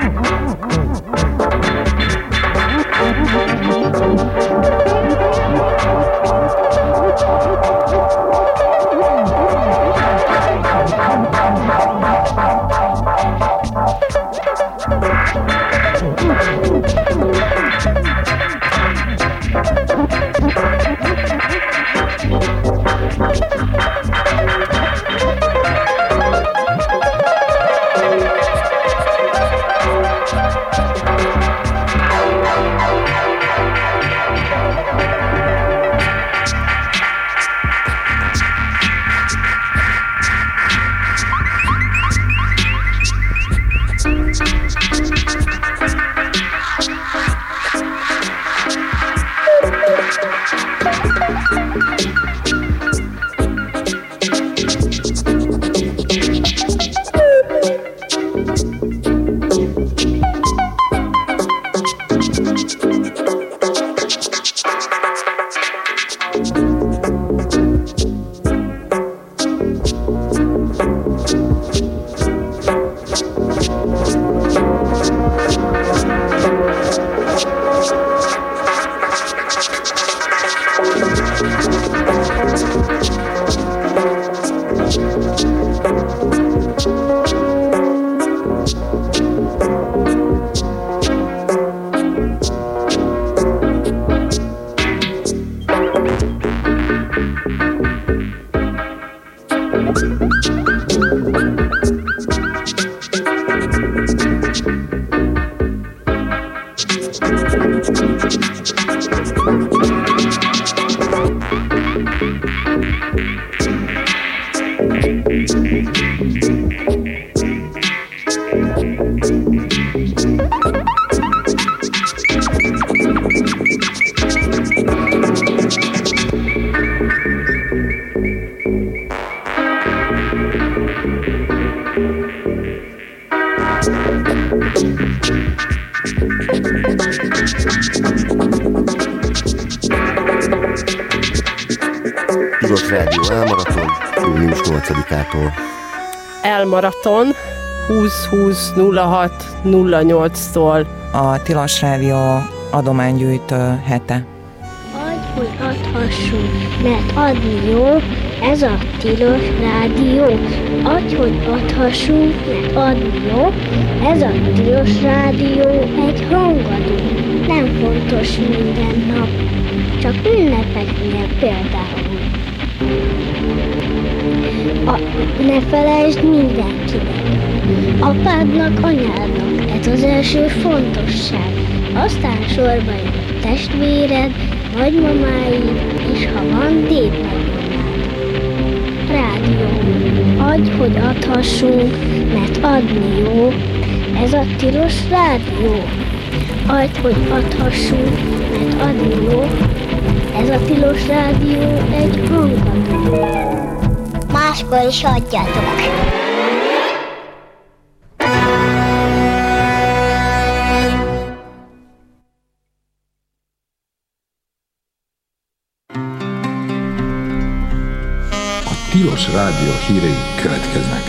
Tilos Rádió elmaraton, június 8-ától. Elmaraton 20-20-06-08-tól. A Tilos Rádió adománygyűjtő hete. Adj, hogy adhassunk, mert adni jó, ez a Tilos Rádió. Adj, hogy adhassunk, mert adni jó, ez a Tilos Rádió. Egy hangadó, nem fontos minden nap, csak ünnepeknél például. Ne felejtsd mindenkinek, apádnak, anyádnak, ez az első fontosság. Aztán sorba jön testvéred, nagymamáid, és ha van dédnagymamád. Rádió, adj, hogy adhassunk, mert adni jó, ez a Tilos Rádió. Adj, hogy adhassunk, mert adni jó, ez a Tilos Rádió egy hangadó. Máskor is adjatok! A Tilos Rádió hírei következnek.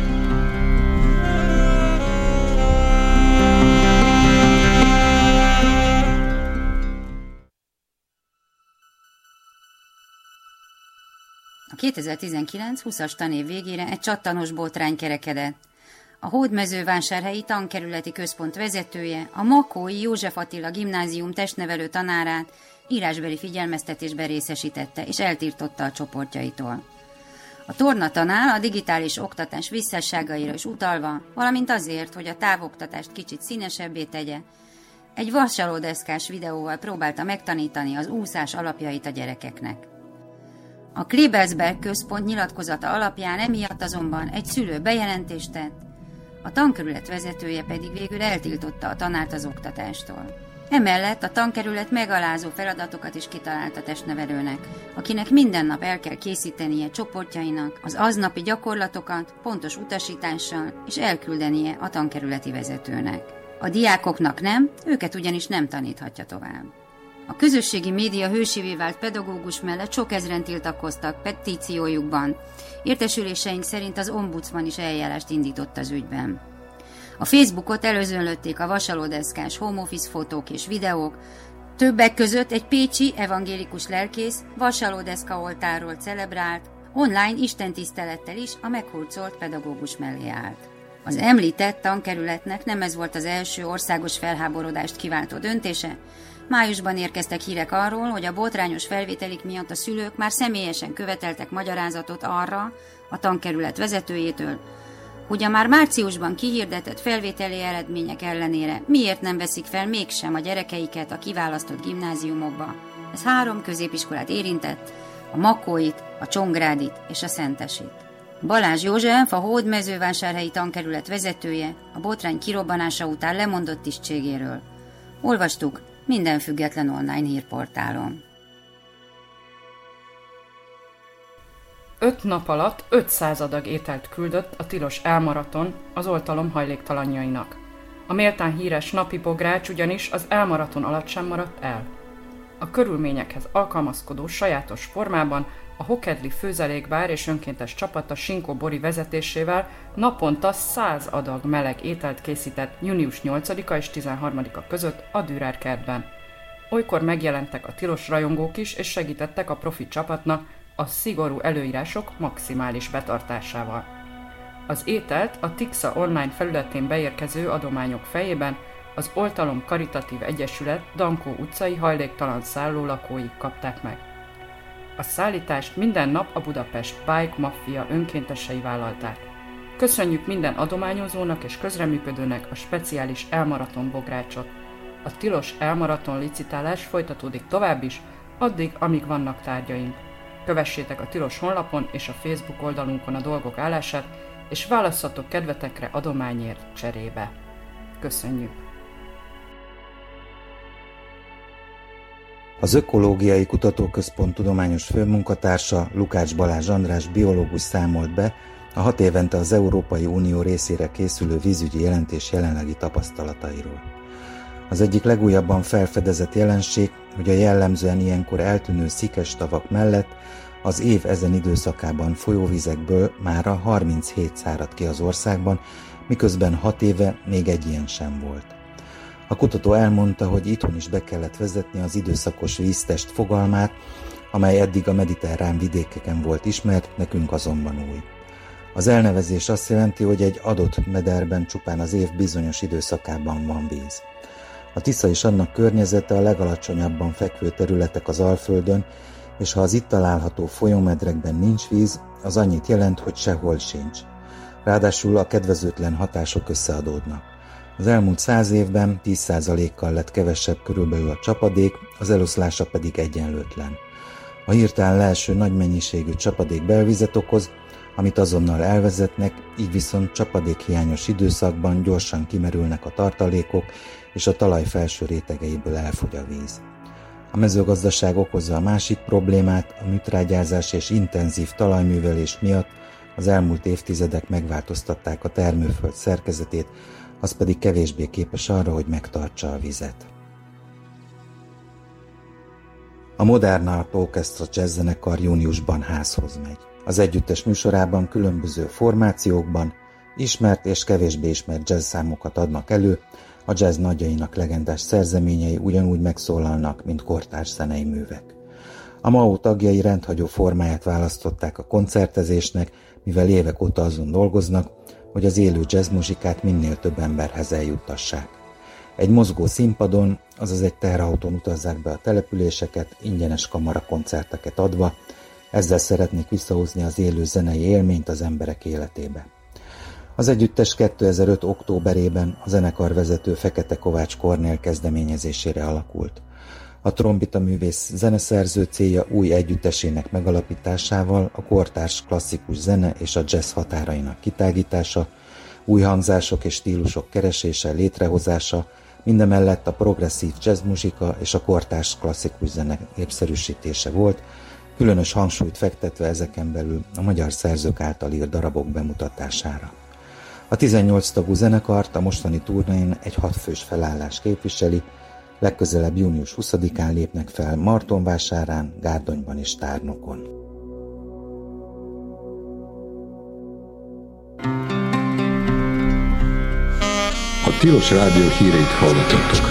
A 2019-20-as tanév végére egy csattanos botrány kerekedett. A Hódmezővásárhelyi Tankerületi Központ vezetője, a Makói József Attila Gimnázium testnevelő tanárát írásbeli figyelmeztetésben részesítette és eltiltotta a csoportjaitól. A tornatanár a digitális oktatás visszásságaira is utalva, valamint azért, hogy a távoktatást kicsit színesebbé tegye, egy vasalódeszkás videóval próbálta megtanítani az úszás alapjait a gyerekeknek. A Klebelsberg központ nyilatkozata alapján emiatt azonban egy szülő bejelentést tett, a tankerület vezetője pedig végül eltiltotta a tanárt az oktatástól. Emellett a tankerület megalázó feladatokat is kitalált a testnevelőnek, akinek minden nap el kell készítenie csoportjainak az aznapi gyakorlatokat pontos utasítással és elküldenie a tankerületi vezetőnek. A diákoknak nem, őket ugyanis nem taníthatja tovább. A közösségi média hősévé vált pedagógus mellett sok ezren tiltakoztak petíciójukban. Értesüléseink szerint az ombudsman is eljárást indított az ügyben. A Facebookot előzönlötték a vasalódeszkás home office fotók és videók, többek között egy pécsi evangélikus lelkész vasalódeszka oltárról celebrált, online istentisztelettel is a meghurcolt pedagógus mellé állt. Az említett tankerületnek nem ez volt az első országos felháborodást kiváltó döntése. Májusban érkeztek hírek arról, hogy a botrányos felvételik miatt a szülők már személyesen követeltek magyarázatot arra a tankerület vezetőjétől, hogy a már márciusban kihirdetett felvételi eredmények ellenére miért nem veszik fel mégsem a gyerekeiket a kiválasztott gimnáziumokba. Ez 3 középiskolát érintett, a Makóit, a Csongrádit és a Szentesit. Balázs József, a Hódmezővásárhelyi tankerület vezetője, a botrány kirobbanása után lemondott tisztségéről. Olvastuk minden független online hírportálon. 5 nap alatt 500 adag ételt küldött a tilos elmaraton az oltalom hajléktalanjainak. A méltán híres napi bogrács ugyanis az elmaraton alatt sem maradt el. A körülményekhez alkalmazkodó sajátos formában a Hokedli főzelékbár és önkéntes csapata Sinkó Bori vezetésével naponta 100 adag meleg ételt készített június 8-a és 13-a között a Dürer kertben. Olykor megjelentek a tilos rajongók is és segítettek a profi csapatnak a szigorú előírások maximális betartásával. Az ételt a Tixa online felületén beérkező adományok fejében az Oltalom Karitatív Egyesület Dankó utcai hajléktalan szálló lakói kapták meg. A szállítást minden nap a Budapest Bike Mafia önkéntesei vállalták. Köszönjük minden adományozónak és közreműködőnek a speciális elmaraton bográcsot. A tilos elmaraton licitálás folytatódik tovább is, addig, amíg vannak tárgyaink. Kövessétek a tilos honlapon és a Facebook oldalunkon a dolgok állását, és válasszatok kedvetekre adományért cserébe. Köszönjük! Az Ökológiai Kutatóközpont tudományos főmunkatársa Lukács Balázs András biológus számolt be a 6 évente az Európai Unió részére készülő vízügyi jelentés jelenlegi tapasztalatairól. Az egyik legújabban felfedezett jelenség, hogy a jellemzően ilyenkor eltűnő szikes tavak mellett az év ezen időszakában folyóvizekből mára 37 szárad ki az országban, miközben 6 éve még egy ilyen sem volt. A kutató elmondta, hogy itthon is be kellett vezetni az időszakos víztest fogalmát, amely eddig a mediterrán vidékeken volt ismert, nekünk azonban új. Az elnevezés azt jelenti, hogy egy adott mederben csupán az év bizonyos időszakában van víz. A Tisza és annak környezete a legalacsonyabban fekvő területek az Alföldön, és ha az itt található folyómedrekben nincs víz, az annyit jelent, hogy sehol sincs. Ráadásul a kedvezőtlen hatások összeadódnak. Az elmúlt 100 évben 10%-kal lett kevesebb körülbelül a csapadék, az eloszlása pedig egyenlőtlen. A hirtelen leeső nagy mennyiségű csapadék belvizet okoz, amit azonnal elvezetnek, így viszont csapadékhiányos időszakban gyorsan kimerülnek a tartalékok, és a talaj felső rétegeiből elfogy a víz. A mezőgazdaság okozza a másik problémát, a műtrágyázás és intenzív talajművelés miatt az elmúlt évtizedek megváltoztatták a termőföld szerkezetét, az pedig kevésbé képes arra, hogy megtartsa a vizet. A Modern Art Orchestra jazzzenekar júniusban házhoz megy. Az együttes műsorában különböző formációkban ismert és kevésbé ismert jazz számokat adnak elő, a jazz nagyjainak legendás szerzeményei ugyanúgy megszólalnak, mint kortárs zenei művek. A MAO tagjai rendhagyó formáját választották a koncertezésnek, mivel évek óta azon dolgoznak, hogy az élő jazzmuzsikát minél több emberhez eljuttassák. Egy mozgó színpadon, azaz egy teherautón utazzák be a településeket, ingyenes kamarakoncerteket adva, ezzel szeretnék visszahozni az élő zenei élményt az emberek életébe. Az együttes 2005. októberében a zenekarvezető Fekete Kovács Kornél kezdeményezésére alakult. A trombita művész zeneszerző célja új együttesének megalapításával a kortárs klasszikus zene és a jazz határainak kitágítása, új hangzások és stílusok keresése, létrehozása, mindemellett a progresszív jazzmuzsika és a kortárs klasszikus zene népszerűsítése volt, különös hangsúlyt fektetve ezeken belül a magyar szerzők által írt darabok bemutatására. A 18 tagú zenekart a mostani turnén egy 6 fős felállás képviseli, legközelebb június 20-án lépnek fel Martonvásárán, Gárdonyban és Tárnokon. Tilos Rádió híreit hallgatottok.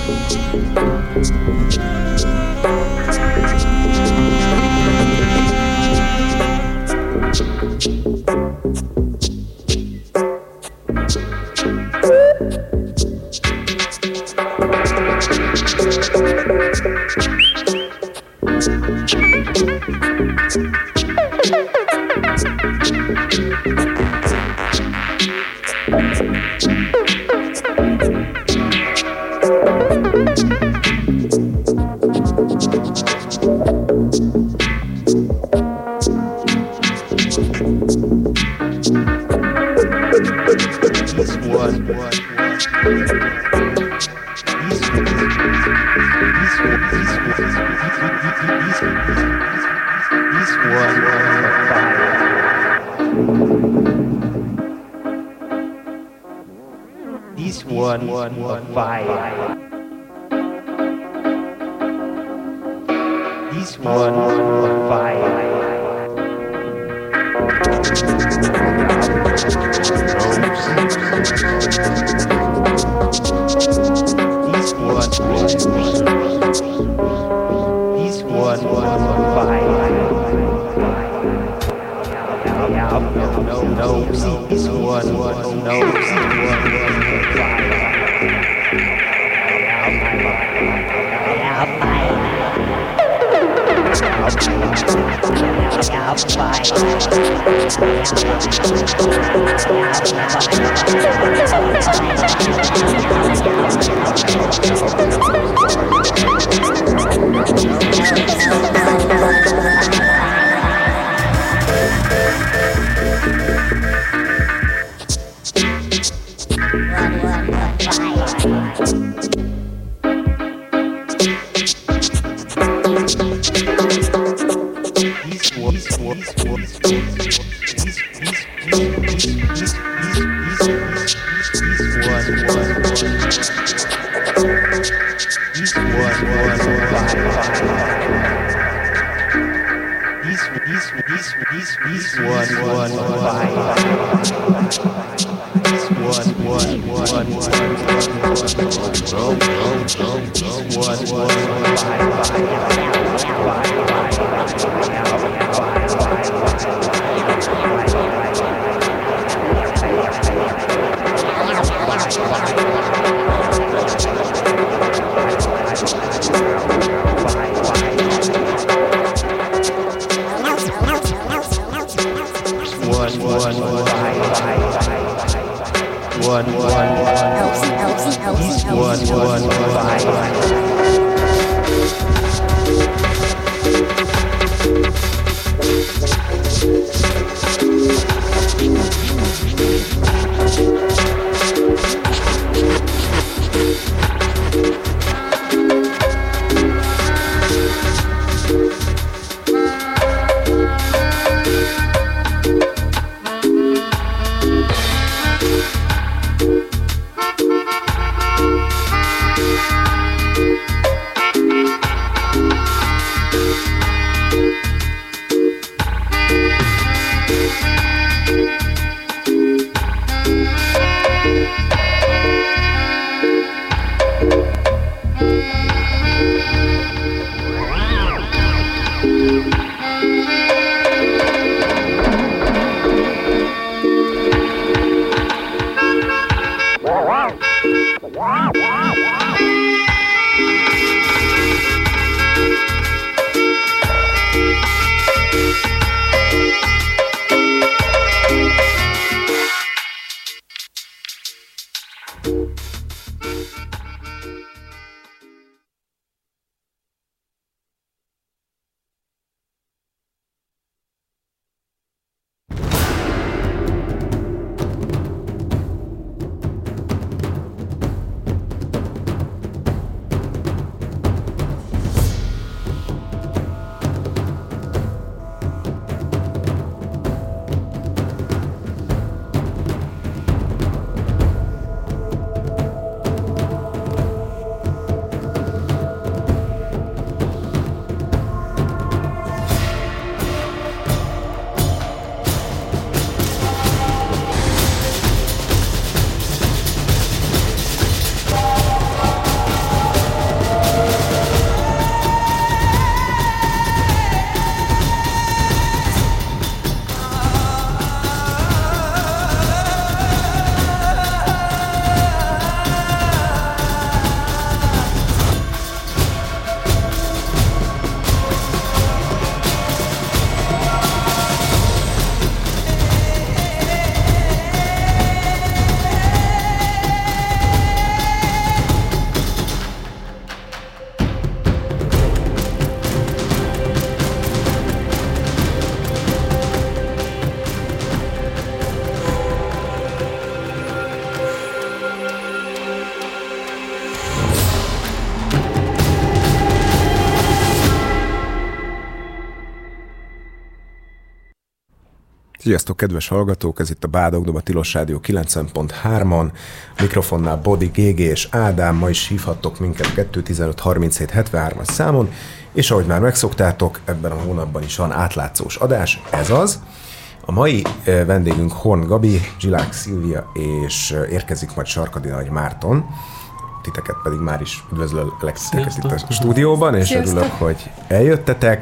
Sziasztok, kedves hallgatók! Ez itt a Bádogdom, a Tilos Rádió 90.3-on. Mikrofonnál Bodi, GG és Ádám. Ma is hívhattok minket 215 37 73-as számon, és ahogy már megszoktátok, ebben a hónapban is van átlátszós adás, ez az. A mai vendégünk Horn Gabi, Zsilák Szilvia, és érkezik majd Sarkadi Nagy Márton. Titeket pedig már is üdvözlök itt a stúdióban, és Sziasztok. Örülök, hogy eljöttetek.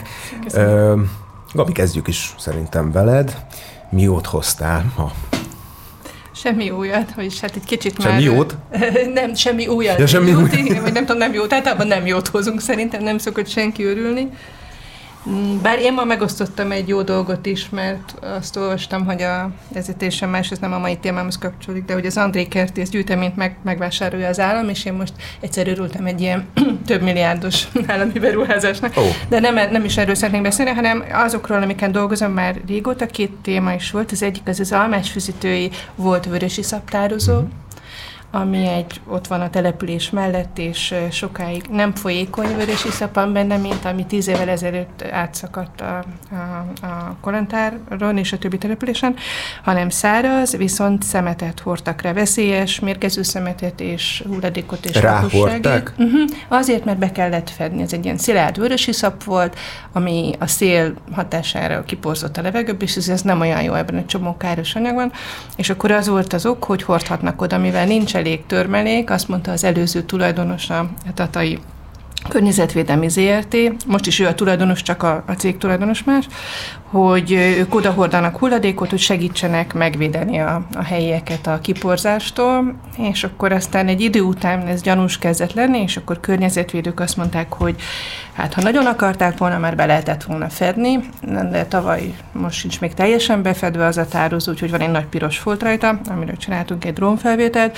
Gabi, kezdjük is szerintem veled. Mi jót hoztál ma? Semmi újat, vagyis hát egy kicsit semmi már... Semmi jót? Nem, semmi újat. Ja, semmi újat. Vagy nem tudom, nem jót. Általában nem jót hozunk, szerintem nem szokott senki örülni. Bár én ma megosztottam egy jó dolgot is, mert azt olvastam, hogy ez egy teljesen más, ez nem a mai témámhoz kapcsolódik, de hogy az André Kertész gyűjteményt megvásárolja az állam, és én most egyszer örültem egy ilyen több milliárdos állami beruházásnak. Oh. De nem is erről szeretnék beszélni, hanem azokról, amiken dolgozom már régóta, 2 téma is volt. Az egyik az almásfüzitői volt vörösiszaptározó, ami ott van a település mellett, és sokáig nem folyékony vörösiszap van benne, mint ami 10 évvel ezelőtt átszakadt a Kolontáron és a többi településen, hanem száraz, viszont szemetet hordtak rá, veszélyes, mérgező szemetet és hulladékot és ráhordták? Azért, mert be kellett fedni. Ez egy ilyen szilárd vörösiszap volt, ami a szél hatására kiporzott a levegőbe, és ez nem olyan jó, ebben egy csomó káros anyag van, és akkor az volt az ok, hogy hordhatnak oda, mivel nincs elég törmelék, azt mondta az előző tulajdonos, a Tatai Környezetvédelmi ZRT, most is ő a tulajdonos, csak a cég tulajdonos más, hogy ők odahordanak hulladékot, hogy segítsenek megvédeni a helyieket a kiporzástól, és akkor aztán egy idő után ez gyanús kezdett lenni, és akkor környezetvédők azt mondták, hogy hát ha nagyon akarták volna, már be lehetett volna fedni, de tavaly most sincs még teljesen befedve az a tározó, úgyhogy van egy nagy piros folt rajta, amiről csináltunk egy drónfelvételt,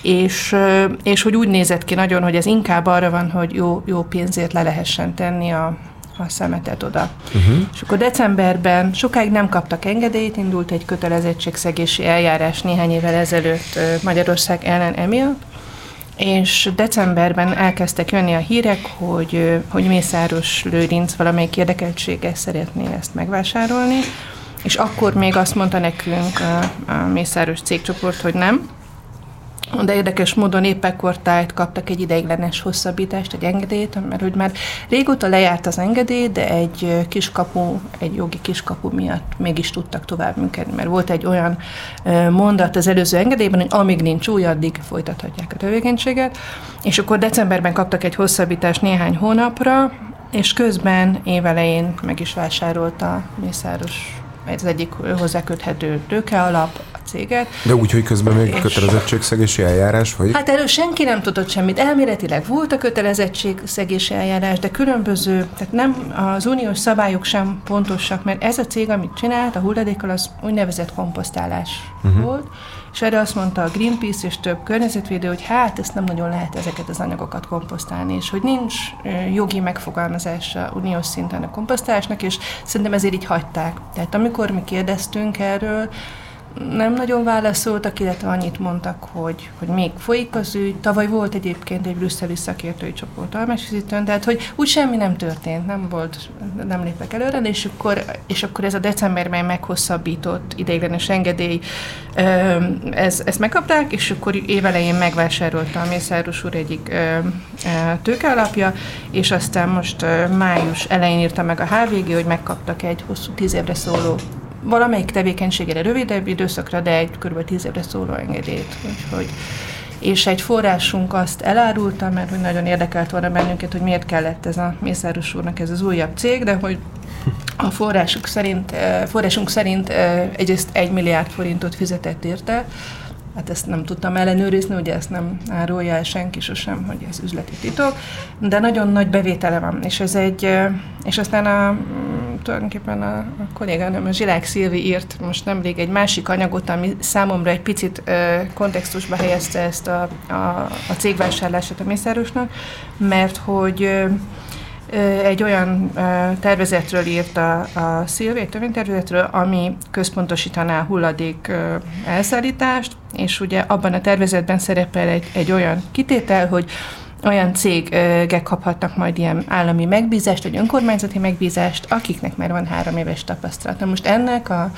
és hogy úgy nézett ki nagyon, hogy ez inkább arra van, hogy jó pénzért le lehessen tenni a szemetet oda. És akkor decemberben sokáig nem kaptak engedélyt, indult egy kötelezettségszegési eljárás néhány évvel ezelőtt Magyarország ellen emiatt, és decemberben elkezdtek jönni a hírek, hogy Mészáros Lőrinc valamelyik érdekeltsége szeretné ezt megvásárolni, és akkor még azt mondta nekünk a Mészáros cégcsoport, hogy nem. De érdekes módon épp ekkor kaptak egy ideiglenes hosszabbítást, egy engedélyt, mert hogy már régóta lejárt az engedély, de egy jogi kiskapu miatt mégis tudtak tovább működni, mert volt egy olyan mondat az előző engedélyben, hogy amíg nincs új, addig folytathatják a tevékenységet, és akkor decemberben kaptak egy hosszabbítást néhány hónapra, és közben évelején meg is vásárolta Mészáros az egyik hozzáköthető tőkealap, céget. De úgy, hogy közben még kötelezettségszegési eljárás folyik? Hát erről senki nem tudott semmit. Elméletileg volt a kötelezettségszegési eljárás, de különböző, tehát nem az uniós szabályok sem pontosak, mert ez a cég, amit csinált a hulladékkal, az úgynevezett komposztálás volt, és erre azt mondta a Greenpeace és több környezetvédő, hogy hát ezt nem nagyon lehet ezeket az anyagokat komposztálni, és hogy nincs jogi megfogalmazása uniós szinten a komposztálásnak, és szerintem ezért így hagyták. Tehát amikor mi kérdeztünk erről, nem nagyon válaszoltak, illetve annyit mondtak, hogy még folyik az ügy. Tavaly volt egyébként egy brüsszeli szakértői csoport almásfüzitőn, tehát hogy úgy semmi nem történt, nem léptek előre, és akkor ez a decemberben meghosszabbított ideiglenes engedély, ezt megkapták, és akkor évelején megvásárolta a Mészáros úr egyik tőkealapja, és aztán most május elején írta meg a HVG, hogy megkaptak egy hosszú 10 évre szóló valamelyik tevékenységére rövidebb időszakra, de egy kb. 10 évre szóló engedélyt. És egy forrásunk azt elárulta, mert hogy nagyon érdekelt volna bennünket, hogy miért kellett ez a Mészáros úrnak ez az újabb cég, de hogy a forrásunk szerint egyrészt 1 milliárd forintot fizetett érte. Hát ezt nem tudtam ellenőrizni, ugye ezt nem árulja el senki sosem, hogy ez üzleti titok, de nagyon nagy bevétele van, és aztán tulajdonképpen a kollégánőm, a Zsilák Szilvi írt most nemrég egy másik anyagot, ami számomra egy picit kontextusba helyezte ezt a cégvásárlását a Mészárosnak, mert hogy egy olyan tervezetről írt a Szilvi, egy törvénytervezetről, ami központosítaná a hulladék elszállítást, és ugye abban a tervezetben szerepel egy olyan kitétel, hogy olyan cégek kaphatnak majd ilyen állami megbízást, vagy önkormányzati megbízást, akiknek már van 3 éves tapasztalat. Na most ennek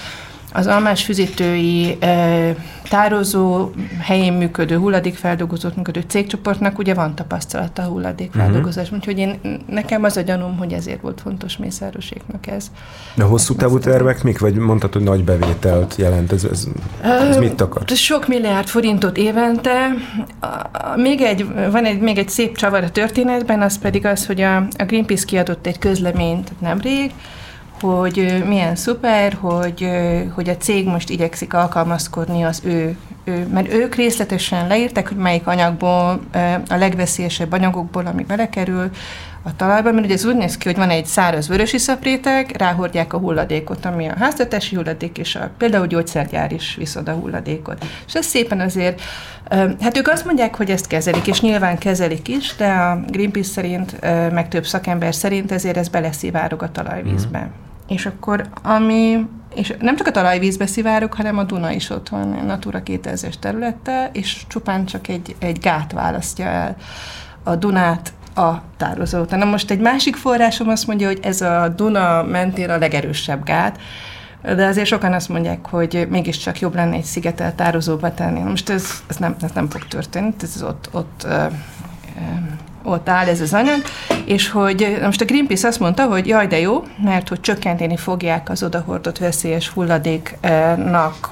az almásfüzítői tározó helyén működő, hulladékfeldolgozót működő cégcsoportnak ugye van tapasztalata a hulladékfeldolgozás, úgyhogy nekem az a gyanúm, hogy ezért volt fontos Mészároséknak ez. De hosszú távú tervek mik? Vagy mondtad, hogy nagy bevételt jelent? Ez mit akar? Sok milliárd forintot évente. Van még egy szép csavar a történetben, az pedig az, hogy a Greenpeace kiadott egy közleményt nemrég, hogy milyen szuper, hogy a cég most igyekszik alkalmazkodni az mert ők részletesen leírták, hogy melyik anyagból, a legveszélyesebb anyagokból, ami belekerül a talajba, mert ugye ez úgy néz ki, hogy van egy száraz vörösiszapréteg, ráhordják a hulladékot, ami a háztartási hulladék, és például gyógyszergyár is visz oda hulladékot. És ez szépen azért, hát ők azt mondják, hogy ezt kezelik, és nyilván kezelik is, de a Greenpeace szerint, meg több szakember szerint ezért ez beleszivárog a talajvízbe. És akkor és nem csak a talajvízbe szivárog, hanem a Duna is ott van, a Natura 2000-es területe, és csupán csak egy gát választja el a Dunát a tározó után. Na most egy másik forrásom azt mondja, hogy ez a Duna mentén a legerősebb gát, de azért sokan azt mondják, hogy mégiscsak jobb lenne egy szigetelt tározóba tenni. Na most ez nem fog történni, ez ott áll ez az anyag, és hogy most a Greenpeace azt mondta, hogy jaj, de jó, mert hogy csökkenteni fogják az odahordott veszélyes hulladéknak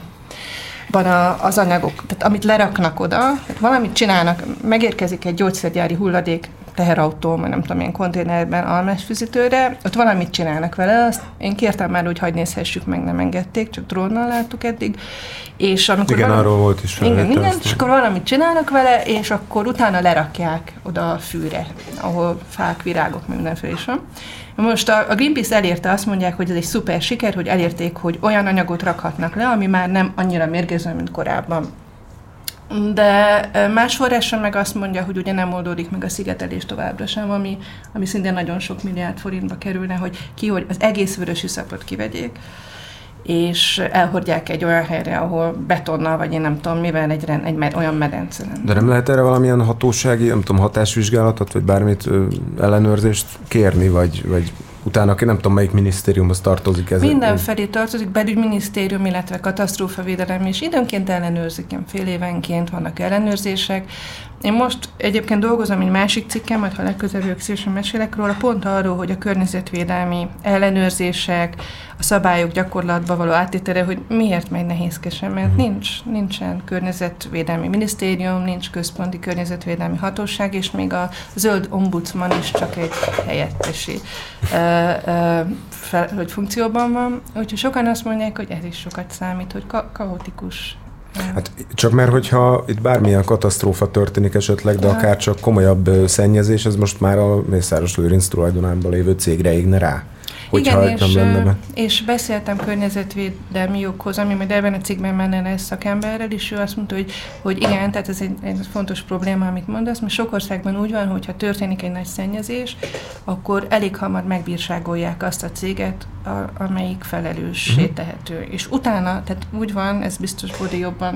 az anyagok, tehát amit leraknak oda, tehát valamit csinálnak, megérkezik egy gyógyszergyári hulladék teherautó, vagy nem tudom, ilyen konténerben almásfüzítőre, ott valamit csinálnak vele, azt én kértem már, hogy hadd nézhessük meg, nem engedték, csak drónnal láttuk eddig. És amikor igen, arról volt is. Igen, és akkor valamit csinálnak vele, és akkor utána lerakják oda a fűre, ahol fák, virágok, mindenféle is van. Most a Greenpeace elérte, azt mondják, hogy ez egy szuper siker, hogy elérték, hogy olyan anyagot rakhatnak le, ami már nem annyira mérgező, mint korábban. De más forráson meg azt mondja, hogy ugye nem oldódik meg a szigetelés továbbra sem, ami szintén nagyon sok milliárd forintba kerülne, hogy az egész vörösiszapot kivegyék, és elhordják egy olyan helyre, ahol betonnal, vagy én nem tudom mivel, egy olyan medence. De nem lehet erre valamilyen hatósági, nem tudom, hatásvizsgálatot, vagy bármit ellenőrzést kérni, vagy utána, nem tudom, melyik minisztériumhoz tartozik ez? Mindenfelé tartozik, belügyminisztérium, illetve katasztrófavédelem, és időnként ellenőrzik, fél évenként vannak ellenőrzések. Én most egyébként dolgozom egy másik cikkem, majd ha legközelebb jövök, szívesen mesélek róla, pont arról, hogy a környezetvédelmi ellenőrzések, a szabályok gyakorlatba való áttétele, hogy miért megy nehézkesen, mert nincsen környezetvédelmi minisztérium, nincs központi környezetvédelmi hatóság, és még a zöld ombudsman is csak egy helyettesi hogy funkcióban van. Úgyhogy sokan azt mondják, hogy ez is sokat számít, hogy kaotikus. Hát csak mert, hogyha itt bármilyen katasztrófa történik esetleg, de akár csak komolyabb szennyezés, ez most már a Mészáros Lőrinc tulajdonában lévő cégre égne rá. Igen, és beszéltem környezetvédelmi joghoz, ami majd ebben a cikkben menne lesz szakemberrel, és ő azt mondta, hogy igen, tehát ez egy fontos probléma, amit mondasz, mert sok országban úgy van, hogy ha történik egy nagy szennyezés, akkor elég hamar megbírságolják azt a céget, amelyik felelőssé tehető. És utána, tehát úgy van, ez biztos Bodi jobban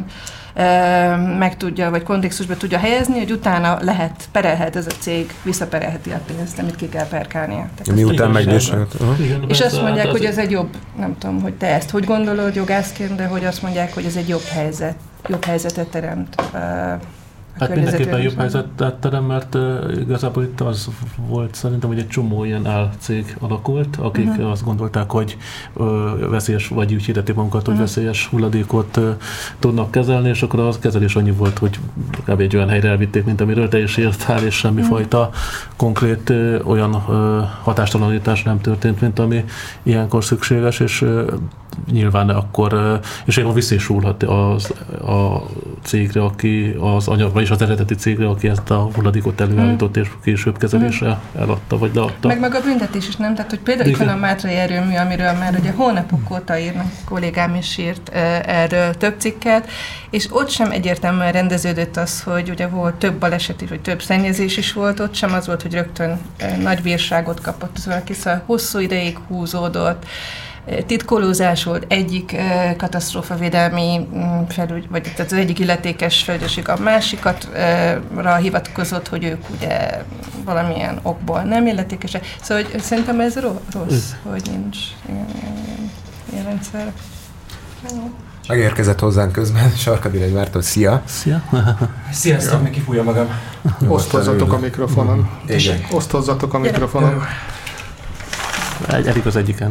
meg tudja, vagy kontextusba tudja helyezni, hogy utána perelhet ez a cég, visszaperelheti a pénzt, amit ki kell perkálnia. Miután megbírságot. És azt mondják, hogy ez egy jobb, nem tudom, hogy te ezt hogy gondolod jogászként, de hogy azt mondják, hogy ez egy jobb helyzetet teremt. Hát mindenképpen jobb helyzetet terem, mert igazából itt az volt szerintem, hogy egy csomó ilyen álcég alakult, akik azt gondolták, hogy veszélyes, vagy úgy hirdetik magukat, hogy veszélyes hulladékot tudnak kezelni, és akkor a kezelés annyi volt, hogy kb. Egy olyan helyre elvitték, mint amiről te is írtál, és semmifajta konkrét olyan hatástalanítás nem történt, mint ami ilyenkor szükséges, és nyilván akkor, és akkor visszasulhat a cégre, aki az anyag, vagyis az eredeti cégre, aki ezt a hulladékot előállított, és később kezelésre eladta, vagy leadta. Meg a büntetés is, nem? Tehát, hogy például itt van a Mátrai erőmű, amiről már ugye hónapok óta írnak, kollégám is írt erről több cikket, és ott sem egyértelműen rendeződött az, hogy ugye volt több baleset is, vagy több szennyezés is volt, ott sem az volt, hogy rögtön nagy bírságot kapott az valaki, szóval hosszú ideig húzódott, titkolózás volt egyik katasztrófavédelmi vagy tehát az egyik illetékes felelősség a másikatra hivatkozott, hogy ők ugye valamilyen okból nem illetékesek. Szóval hogy szerintem ez rossz, hogy nincs ilyen rendszer. Megérkezett hozzánk közben Sarkadi Legyvártól. Szia! Szia! Sziasztok, még kifújja magam. Osztozzatok a mikrofonon. Osztozzatok a mikrofonon. Elég az egyiken.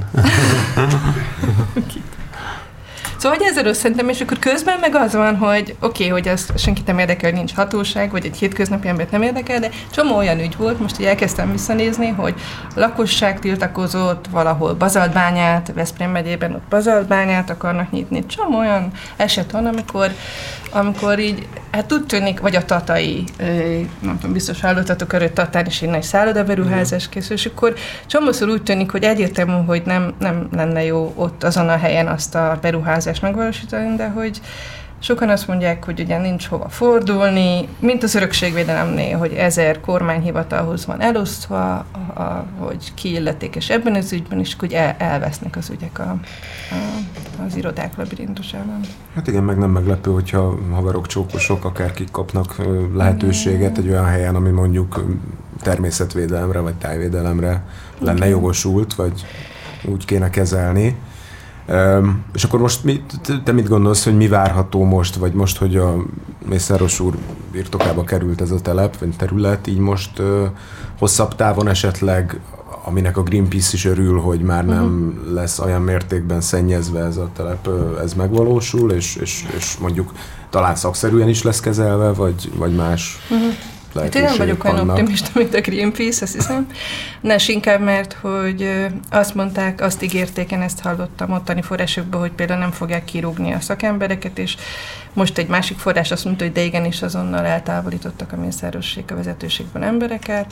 Szóval, hogy ezzel szerintem, és akkor közben meg az van, hogy oké, hogy az senkit nem érdekel, hogy nincs hatóság, vagy egy hétköznapi embert nem érdekel, de csomó olyan ügy volt, most így elkezdtem visszanézni, hogy a lakosság tiltakozott valahol Bazaltbányát, Veszprém megyében ott Bazaltbányát akarnak nyitni. Csomó olyan eset van, amikor így, hát úgy tűnik, vagy a tatai, nem tudom, biztos hallottatok arra, hogy Tatán is egy nagy szállodaberuházás készül, és akkor csomószor úgy tűnik, hogy egyértelmű, hogy nem lenne jó ott azon a helyen azt a beruházást megvalósítani, de hogy sokan azt mondják, hogy ugye nincs hova fordulni, mint az örökségvédelemnél, hogy 1000 kormányhivatalhoz van elosztva, hogy ki illetékes ebben az ügyben, és hogy elvesznek az ügyek az irodák labirintusában. Hát igen, meg nem meglepő, hogyha haverok, csókosok, akárkik kapnak lehetőséget egy olyan helyen, ami mondjuk természetvédelemre vagy tájvédelemre lenne jogosult, vagy úgy kéne kezelni. És akkor most te mit gondolsz, hogy mi várható most, vagy most, hogy a Mészáros úr birtokába került ez a telep, vagy terület, így most hosszabb távon esetleg, aminek a Greenpeace is örül, hogy már nem lesz olyan mértékben szennyezve ez a telep, ez megvalósul, és mondjuk talán szakszerűen is lesz kezelve, vagy más Hát én nem vagyok olyan optimista, mint a Greenpeace, azt hiszem. Nes inkább, mert hogy azt mondták, azt ígérték, én ezt hallottam ottani forrásokban, hogy például nem fogják kirúgni a szakembereket, és most egy másik forrás azt mondta, hogy de igenis azonnal eltávolítottak a Mészárosség a vezetőségben embereket.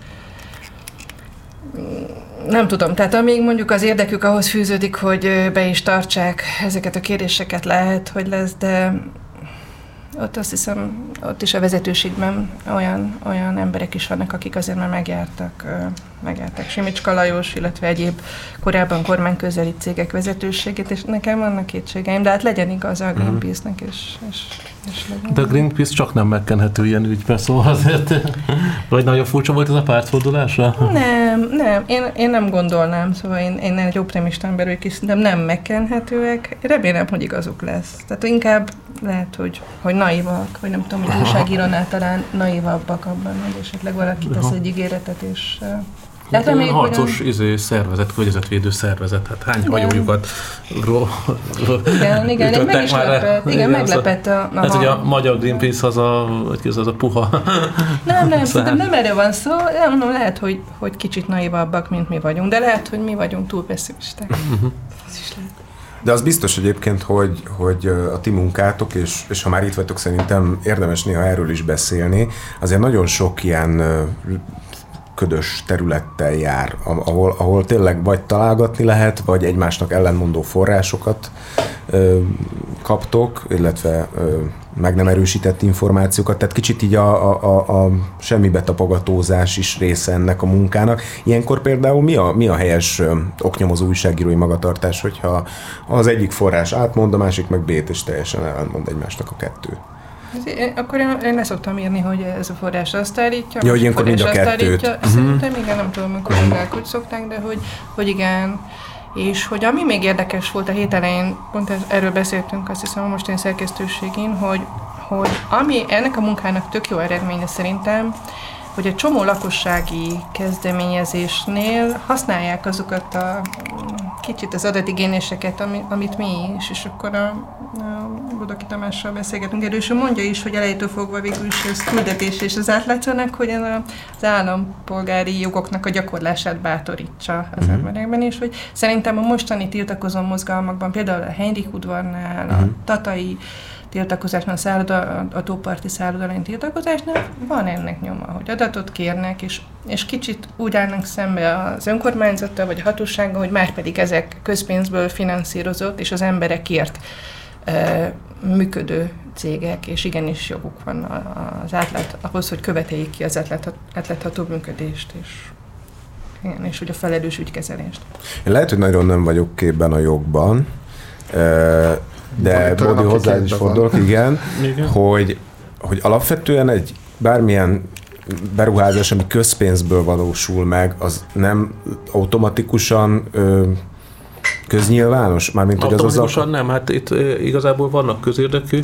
Nem tudom, tehát amíg mondjuk az érdekük ahhoz fűződik, hogy be is tartsák ezeket a kérdéseket, lehet, hogy lesz, de ott azt hiszem, ott is a vezetőségben olyan emberek is vannak, akik azért már megjártak Simicska Lajos, illetve egyéb korábban kormányközeli cégek vezetőségét, és nekem vannak kétségeim, de hát legyen igaz a Greenpeace-nek, és legyen. De a Greenpeace csak nem megkenhető ilyen ügyben, szóval azért, vagy nagyon furcsa volt ez a pártfordulása? Nem, én nem gondolnám, szóval én egy optimista ember vagyok, és nem megkenhetőek. Remélem, hogy igazuk lesz. Tehát inkább lehet, hogy naivak, vagy nem tudom, hogy újságírónál talán naivabbak abban, hogy esetleg valaki tesz egy ígéretet, és... Hát egy harcos szervezet, környezetvédő szervezet, hát hány hajójukat Igen, meg is lepett. Igen, meglepett hát ugye a magyar Greenpeace az a puha. Nem, szerintem nem erre van szó. Nem, lehet, hogy kicsit naivabbak, mint mi vagyunk, de lehet, hogy mi vagyunk túl pessimisták. Az is lehet. De az biztos egyébként, hogy a ti munkátok, és ha már itt vagytok, szerintem érdemes néha erről is beszélni, azért nagyon sok ilyen ködös területtel jár, ahol tényleg vagy találgatni lehet, vagy egymásnak ellenmondó forrásokat kaptok, illetve meg nem erősített információkat, tehát kicsit így a semmibe tapogatózás is része ennek a munkának. Ilyenkor például mi a helyes oknyomozó újságírói magatartás, hogyha az egyik forrás átmond, a másik meg B-t, és teljesen elmond egymásnak a kettő? Akkor én leszoktam írni, hogy ez a forrás azt állítja. Ja, hogy ilyenkor mind a kettőt. Szerintem igen, nem tudom, amikor kollégák úgy szokták, de hogy igen. És hogy ami még érdekes volt a hét elején, pont erről beszéltünk, azt hiszem a mostani szerkesztőségén, hogy ami ennek a munkának tök jó eredménye szerintem, hogy egy csomó lakossági kezdeményezésnél használják azokat a kicsit az adatigényeseket, amit mi is, és akkor a Bodoki Tamással beszélgetünk erről, és ő mondja is, hogy elejétől fogva végül is ez küldetés és az átlátszanak, hogy az állampolgári jogoknak a gyakorlását bátorítsa az emberekben, és hogy szerintem a mostani tiltakozó mozgalmakban, például a Henrik udvarnál, a tatai tiltakozásnál, a tóparti szállodalán tiltakozásnál van ennek nyoma, hogy adatot kérnek, és kicsit úgy állnak szembe az önkormányzattal vagy a hatósággal, hogy már pedig ezek közpénzből finanszírozott, és az emberekért működő cégek, és igenis joguk van ahhoz, hogy követeljék ki az átlátható működést, és hogy a felelős ügykezelést. Én lehet, hogy nagyon nem vagyok képben a jogban, de Bódi hozzá is fordulok, igen, hogy alapvetően egy bármilyen beruházás, ami közpénzből valósul meg, az nem automatikusan köznyilvános? Mármint, hogy automatikusan nem, hát itt igazából vannak közérdekű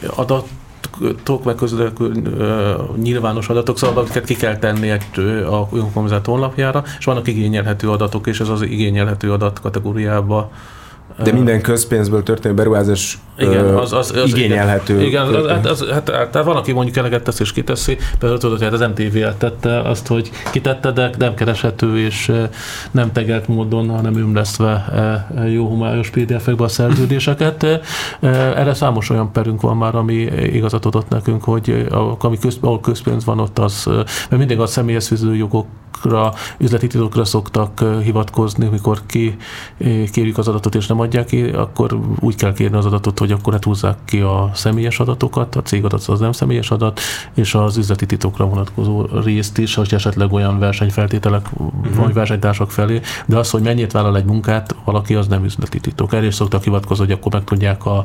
adatok, meg közérdekű nyilvános adatok, szóval amiket ki kell tenni a önkormányzat honlapjára, és vannak igényelhető adatok, és ez az igényelhető adat kategóriába. De minden közpénzből történő beruházás igényelhető. Igen, tehát van, aki mondjuk eleget tesz és kiteszi, például tudod, hogy az MTV tette azt, hogy kitette, de nem kereshető és nem tegelt módon, hanem ömlesztve jó homályos PDF-ekbe a szerződéseket. Erre számos olyan perünk van már, ami igazat adott nekünk, hogy ahol közpénz van ott az, mert mindig a személyes fűződő jogokra, üzleti titokra szoktak hivatkozni, mikor kérjük az adatot és nem adják ki, akkor úgy kell kérni az adatot, hogy akkor húzzák ki a személyes adatokat, a cégadat az nem személyes adat, és az üzleti titokra vonatkozó részt is, hogy esetleg olyan versenyfeltételek vagy versenytársak felé, de az, hogy mennyit vállal egy munkát valaki, az nem üzleti titok. Erre is szoktak hivatkozni, hogy akkor megtudják a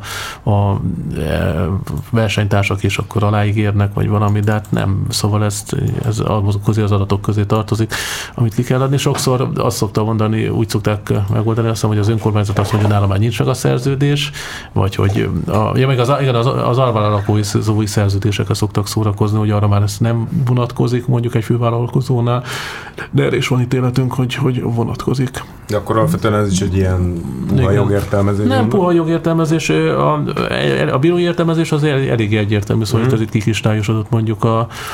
versenytársak, és akkor aláígérnek, vagy valami, de hát nem. Szóval ez az adatok közé tartozik, amit ki kell adni. Sokszor azt szokta mondani, úgy szokták megoldani, azt hogy az önkormányzat azt mondja, nálam már nincs meg a szerződés, vagy hogy meg az alvállalkozói szerződésekre szoktak szórakozni, hogy arra már ez nem vonatkozik, mondjuk egy fővállalkozónál, de erre is van ítéletünk, hogy vonatkozik. De akkor alapvetően ez is egy ilyen puha jogértelmezés? Nem puha jogértelmezés, a bírói értelmezés az elég egyértelmű, szóval ez itt kikristályosodott, mondjuk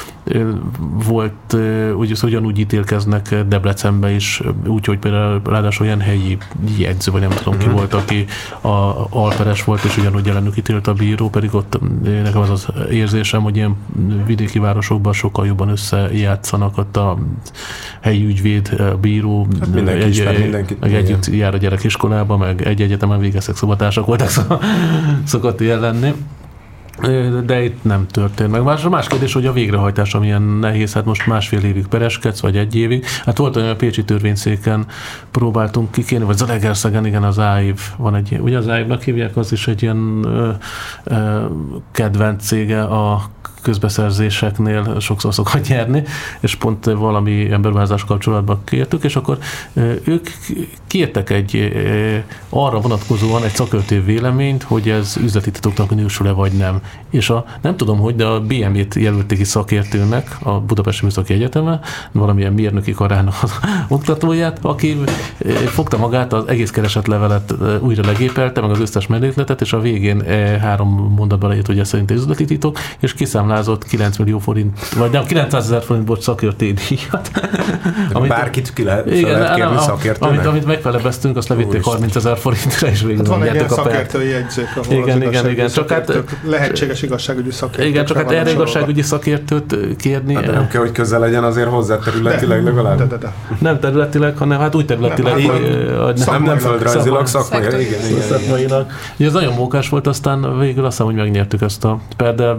volt, ugyanúgy ítélkeznek Debrecenbe is, úgyhogy például ráadásul olyan helyi jegyző, vagy nem tudom ki volt, aki alperes volt, és ugyanúgy ellenük ítélt a bíró, pedig ott nekem az érzésem, hogy ilyen vidéki városokban sokkal jobban összejátszanak ott a helyi ügyvéd, a bíró, meg együtt jár a gyerek iskolába, meg egy egyetemen végeztek, szobatársak voltak, szokott ilyen lenni. De itt nem történt meg. Más kérdés, hogy a végrehajtás, amilyen nehéz, hát most másfél évig pereskedsz, vagy egy évig. Hát volt olyan, a pécsi törvényszéken próbáltunk kikérni, vagy Zalaegerszegen, igen, az AIV van egy, ugye az AIV-nak hívják, az is egy ilyen kedvenc cége a közbeszerzéseknél, sokszor szokott nyerni, és pont valami ilyen beruházás kapcsolatban kértük, és akkor ők kértek arra vonatkozóan egy szakértő véleményt, hogy ez üzleti titoknak minősül-e vagy nem. És nem tudom, hogy, de a BMW-t jelölték ki szakértőnek a Budapesti Műszaki Egyetemen, valamilyen mérnöki karának az oktatóját, aki fogta magát, az egész keresetlevelet újra legépelte, meg az összes mellékletet, és a végén 3 mondatban leírt, hogy ez szerint üzleti titok, és kiszámlázott 9 millió forint, vagy nem, 900 000 forint volt szakértői díjat. Bárkit ki lehet kérni szakértőnek? Amit megfelebeztünk, azt levitték 30 000 forintra, és végül van egy ilyen szakértői jegyzék, ahol igen. lehetséges igazságügyi szakértő. Igen, csak hát erre igazságügyi szakértőt kérni. Hát nem kell, hogy közel legyen azért hozzá területileg legalább. De. Nem területileg, hanem hát úgy területileg, nem földrajzilag, szakmailag. Ugye ez nagyon mókás volt, aztán végül azt hiszem, hogy megnyertük ezt a per, de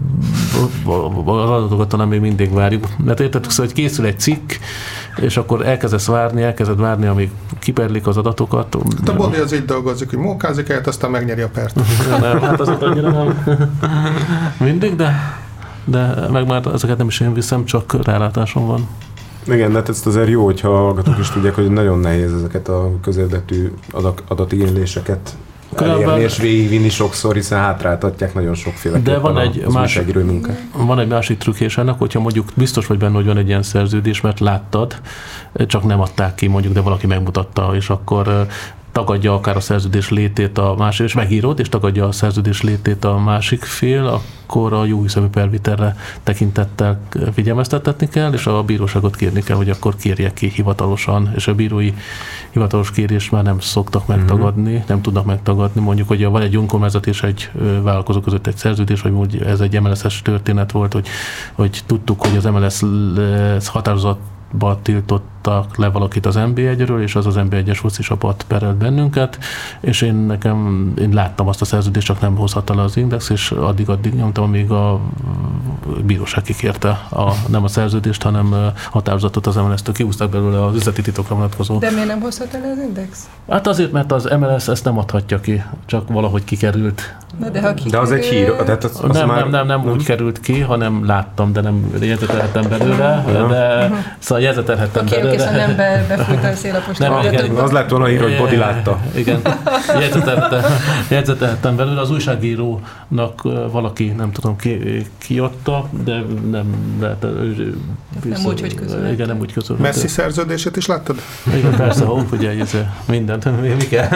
az adatokat talán még mindig várjuk. Mert értettük, hogy készül egy cikk, és akkor elkezded várni, amíg kiperlik az adatokat. A Bodi az így dolgozik, hogy mókázik el, aztán megnyeri a pert. Nem, hát azért annyira nem. Mindig, de meg már ezeket nem is én viszem, csak rálátásom van. Igen, de ezt azért jó, hogyha hallgatók is tudják, hogy nagyon nehéz ezeket a közérdekű adatigényléseket elérni és végigvinni sokszor, hiszen hátráltatják nagyon sokféleképpen. De van egy másik trükkés ennek, hogyha mondjuk biztos vagy benne, hogy van egy ilyen szerződés, mert láttad, csak nem adták ki mondjuk, de valaki megmutatta, és akkor tagadja akár a szerződés létét a másik, és megírod, és tagadja a szerződés létét a másik fél, akkor a jóhiszemű pervitelre tekintettel figyelmeztetni kell, és a bíróságot kérni kell, hogy akkor kérjek ki hivatalosan, és a bírói hivatalos kérést már nem szoktak megtagadni, nem tudnak megtagadni. Mondjuk, hogy van egy önkormányzat és egy vállalkozó között egy szerződés, vagy ez egy MLS-es történet volt, hogy tudtuk, hogy az MLS határozatba tiltottak le valakit az NB1-ről, és az NB1-es foci csapat perelt bennünket, és én láttam azt a szerződést, csak nem hozhatta le az Index, és addig nyomtam, amíg a bíróság kikérte nem a szerződést, hanem határozatot az MLS-től, kihúzták belőle az üzleti titokra vonatkozó. De miért nem hozhatta le az Index? Hát azért, mert az MLS ezt nem adhatja ki, csak valahogy kikerült. De az egy hír. Nem úgy került ki, hanem láttam, de nem jegyzetelhettem belőle, de szóval jegyzetelhettem belőle. egészen nem befújt a szél a postán. Az lett volna írva, hogy Bodi látta. Igen. Jegyzeteltem belőle, az újságírónak valaki, nem tudom ki adta, de nem lehet. Nem úgy, hogy közölte. Igen, nem úgy közölte. Messi szerződését is láttad? Igen, persze, figyelj, mindent. Mi kell?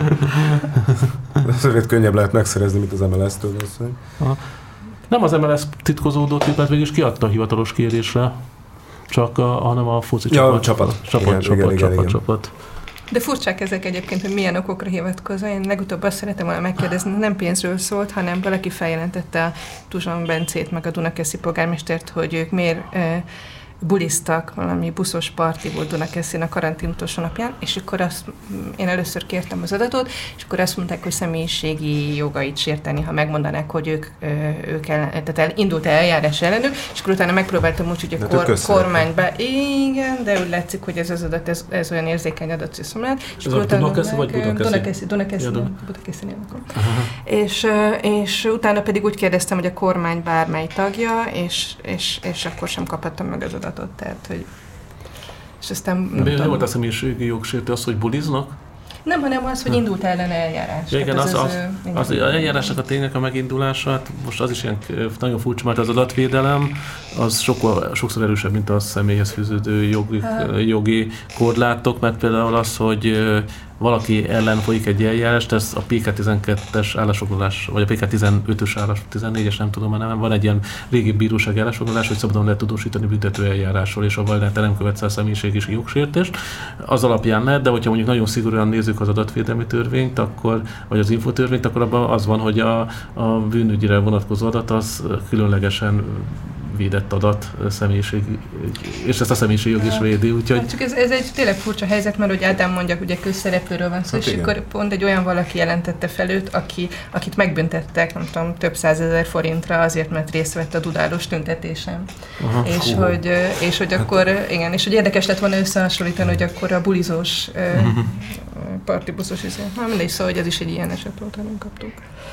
Azért könnyebb lehet megszerezni, mint az MLS-től. Nem az MLS titkozódott, mert végül is kiadta a hivatalos kérésre, hanem a foci csapat. De furcsák ezek egyébként, hogy milyen okokra hivatkozva. Én legutóbb azt szeretem volna megkérdezni, nem pénzről szólt, hanem valaki feljelentette a Tuzson Bencét, meg a Dunakeszi polgármestert, hogy ők miért buliztak valami buszos parti volt Dunakeszin a karantén utolsó napján, és akkor én először kértem az adatot, és akkor azt mondták, hogy személyiségi jogait sérteni, ha megmondanák, hogy ők tehát indult eljárás ellenük, és akkor utána megpróbáltam úgy, hogy a kormányba, igen, de úgy látszik, hogy ez az adat, ez olyan érzékeny adat viszonylag. Ez a Dunakeszi vagy Budakeszi? Budakeszi és utána pedig úgy kérdeztem, hogy a kormány bármely tagja, és akkor sem kaphattam meg az adatot, tehát, hogy és aztán... De volt a személyiségi jogsértő az, hogy buliznak? Nem, hanem az, hogy indult ellen eljárás. Ja, igen, az eljárásnak a tényleg a megindulását, most az is ilyen nagyon furcsa, mert az adatvédelem, az sokszor erősebb, mint a személyhez fűződő jogi korlátok, mert például az, hogy valaki ellen folyik egy eljárást, ez a PK12-es állásfoglalás, vagy a PK15-ös 14-es, nem tudom, hanem van egy ilyen régi bíróság állásfoglalás, hogy szabadon lehet tudósítani büntető eljárásról, és avval te nem követsz el személyiségi jogsértést. Az alapján lehet, de hogyha mondjuk nagyon szigorúan nézzük az adatvédelmi törvényt, akkor, vagy az infotörvényt, akkor abban az van, hogy a bűnügyre vonatkozó adat az különlegesen védett adat és ezt a személyiség jog is védi, úgyhogy... Csak ez egy tényleg furcsa helyzet, mert hogy Ádám mondja, ugye közszereplőről van szó, és akkor pont egy olyan valaki jelentette fel őt, akit megbüntettek, nem tudom, több 100 000 forintra azért, mert részt vett a dudálós tüntetésen. És hogy akkor, igen, és hogy érdekes lett volna összehasonlítani, hogy akkor a bulizós partibuszos mindegy, szóval, hogy ez is egy ilyen eset volt, amit kaptuk.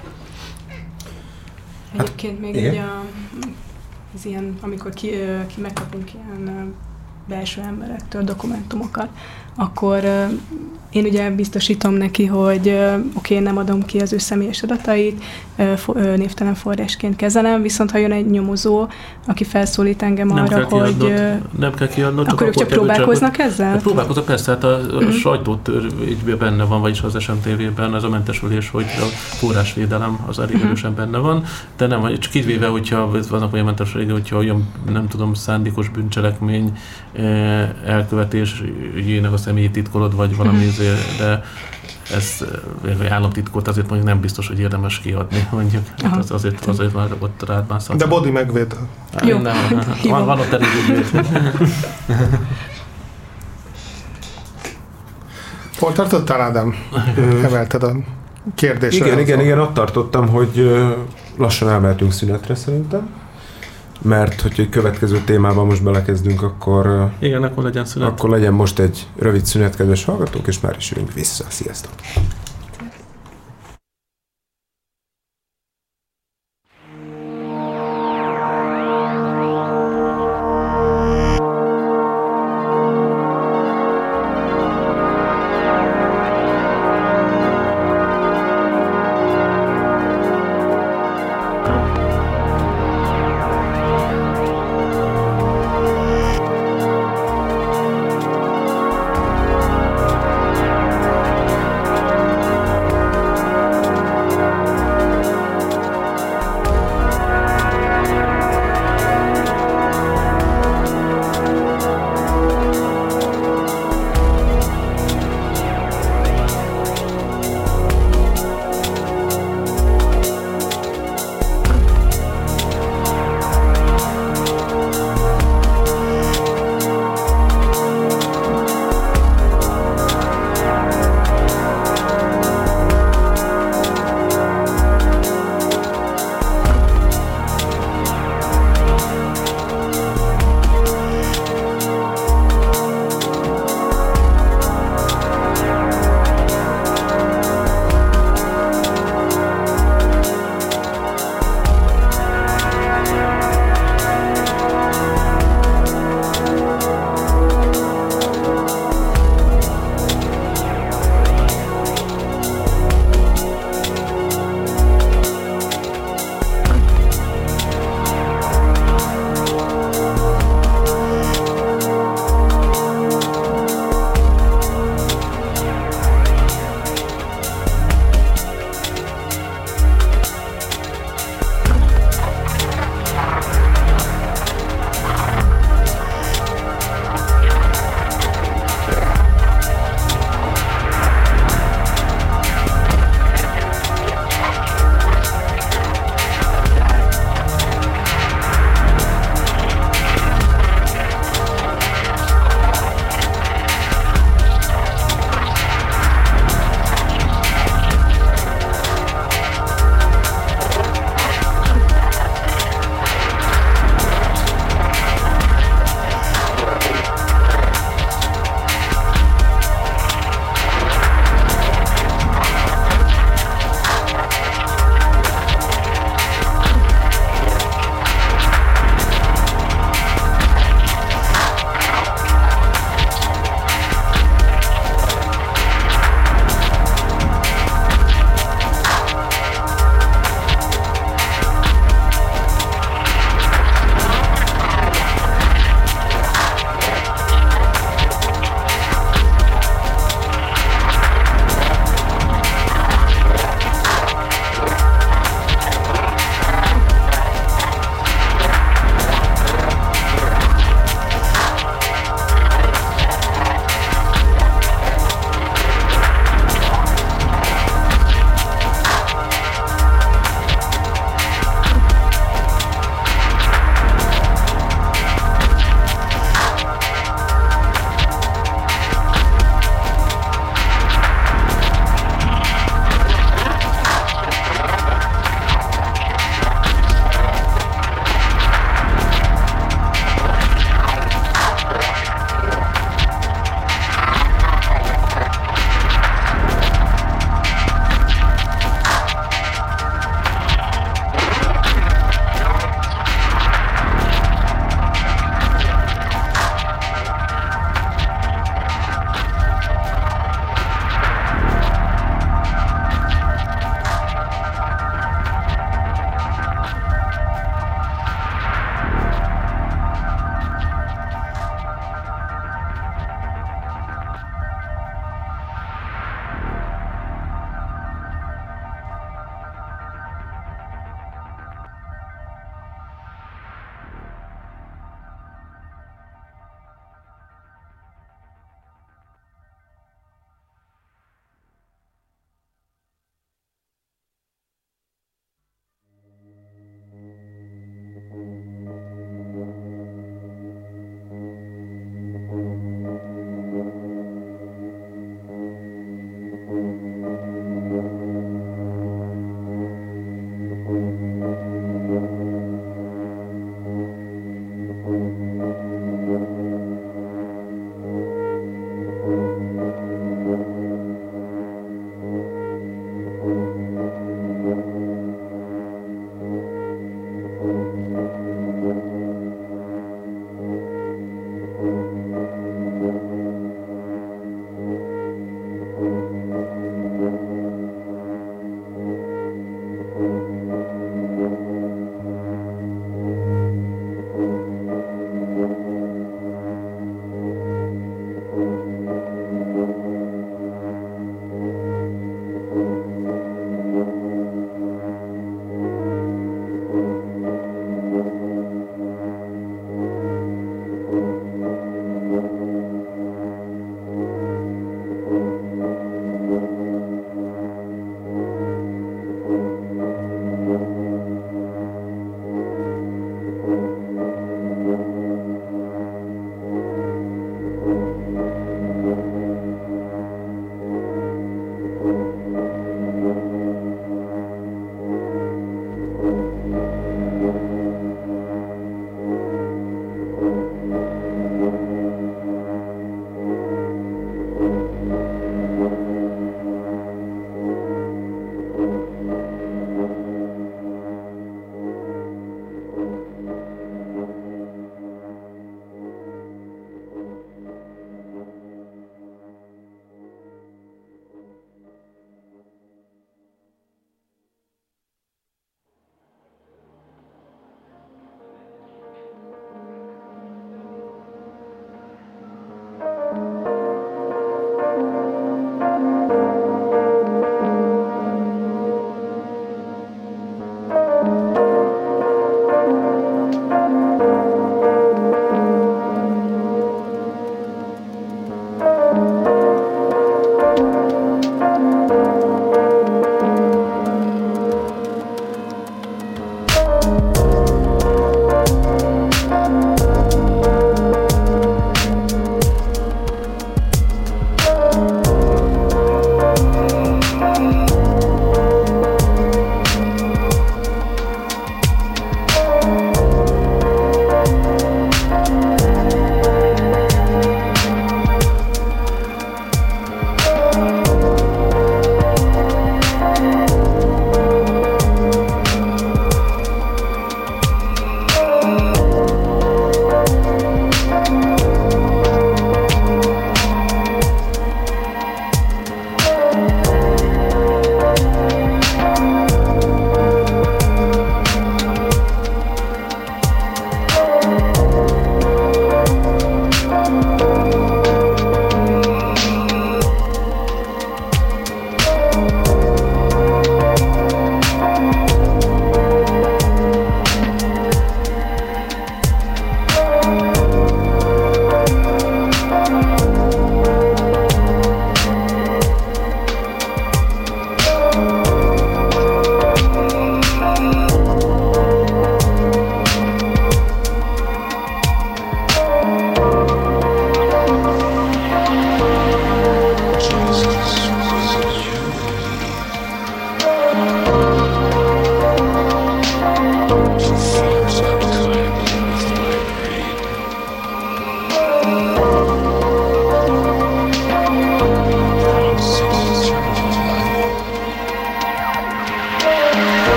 Egyébként még egy ez ilyen, amikor megkapunk ilyen belső emberektől dokumentumokat, akkor én ugye biztosítom neki, hogy oké, nem adom ki az ő személyes adatait, névtelen forrásként kezelem, viszont ha jön egy nyomozó, aki felszólít engem arra, hogy... Nem kell kiadnod, akkor ők csak próbálkoznak ezzel? Hát próbálkoznak, persze, hát a sajtótörvényben benne van, vagyis az SMTV-ben ez a mentesülés, hogy a forrásvédelem az elég erősen benne van, de nem, csak kivéve, hogyha vannak olyan mentesülések, hogyha olyan, nem tudom, szándékos bűncselekmény elkövetésének a személyi titkolod, vagy valami de ez államtitkot azért mondjuk nem biztos, hogy érdemes kiadni, mondjuk. Hát azért már ott rád mászhat. De Bodi megvéd. Jó. Van ott elég úgy. Hol tartottál, Ádám? Emelted a kérdésre. Igen, ott tartottam, hogy lassan elmehetünk szünetre szerintem. Mert hogyha egy következő témában most belekezdünk, akkor... Igen, akkor legyen szünet. Akkor legyen most egy rövid szünet, kedves hallgatók, és már is jövünk vissza. Sziasztok!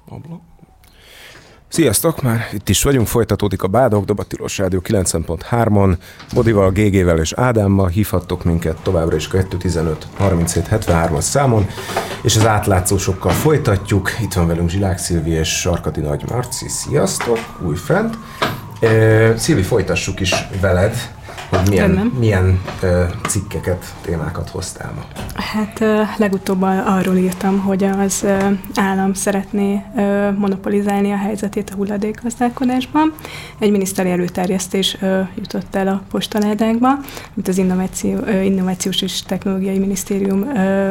Sziasztok, már itt is vagyunk, folytatódik a Bádogdob, a Tilos Rádió 90.3-on, Bodival, GG-vel és Ádámmal, hívhattok minket továbbra is 215 37 73-as számon, és az átlátszósokkal folytatjuk. Itt van velünk Zsilák Szilvi és Sarkadi Nagy Marci. Sziasztok, újfent. Szilvi, folytassuk is veled, hogy milyen cikkeket, témákat hoztál ma. Hát legutóbb arról írtam, hogy az állam szeretné monopolizálni a helyzetét a hulladékgazdálkodásban. Egy miniszteri előterjesztés jutott el a postaládákba, amit az Innovációs és Technológiai Minisztérium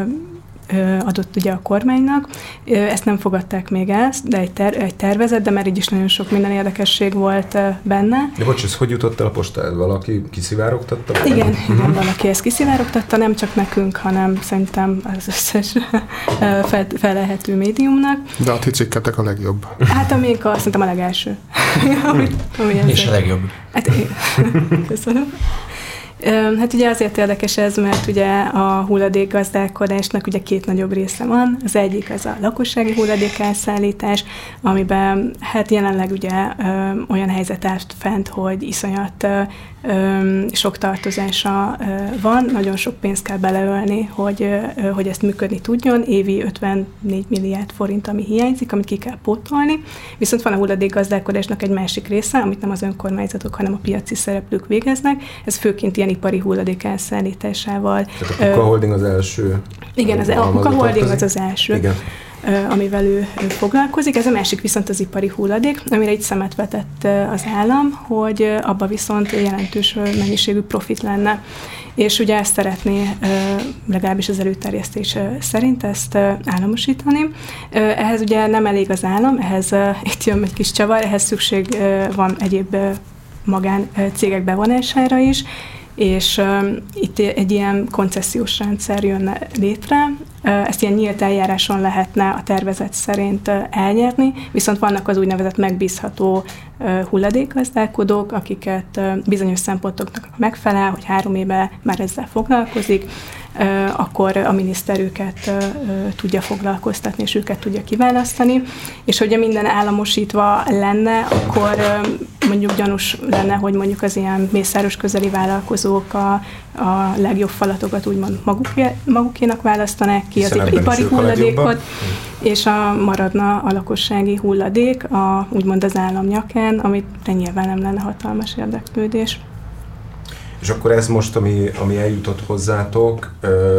adott ugye a kormánynak. Ezt nem fogadták még el, de egy tervezet, de már így is nagyon sok minden érdekesség volt benne. De bocs, ez hogy jutott el a postád? Valaki kiszivárogtatta? Igen, valaki ezt kiszivárogtatta, nem csak nekünk, hanem szerintem az összes felelhető médiumnak. De a ti cikketek a legjobb. Hát szerintem a legelső. És a legjobb. Hát, köszönöm. Hát ugye azért érdekes ez, mert ugye a hulladékgazdálkodásnak ugye két nagyobb része van. Az egyik az a lakossági hulladékelszállítás, amiben hát jelenleg ugye olyan helyzet állt fent, hogy iszonyat sok tartozása van, nagyon sok pénzt kell beleölni, hogy ezt működni tudjon. Évi 54 milliárd forint, ami hiányzik, amit ki kell pótolni. Viszont van a hulladékgazdálkodásnak egy másik része, amit nem az önkormányzatok, hanem a piaci szereplők végeznek. Ez főként ilyen ipari hulladék elszállításával. Tehát a Kuka Holding az első? Igen, a Kuka Holding az első. Igen. Amivel ő foglalkozik. Ez a másik viszont az ipari hulladék, amire itt szemet vetett az állam, hogy abba viszont jelentős mennyiségű profit lenne. És ugye ezt szeretné, legalábbis az előterjesztés szerint ezt államosítani. Ehhez ugye nem elég az állam, ehhez itt jön egy kis csavar, ehhez szükség van egyéb magán cégek bevonására is, és itt egy ilyen koncesziós rendszer jönne létre. Ezt ilyen nyílt eljáráson lehetne a tervezet szerint elnyerni, viszont vannak az úgynevezett megbízható hulladékgazdálkodók, akiket bizonyos szempontoknak megfelel, hogy 3 éve már ezzel foglalkozik, akkor a miniszter őket tudja foglalkoztatni, és őket tudja kiválasztani. És hogyha minden államosítva lenne, akkor mondjuk gyanús lenne, hogy mondjuk az ilyen mészáros közeli vállalkozók a legjobb falatokat úgymond magukénak választanák ki, az ipari hulladékot, és maradna a lakossági hulladék, úgymond az állam nyakán, amit nyilván nem lenne hatalmas érdeklődés. És akkor ez most, ami eljutott hozzátok,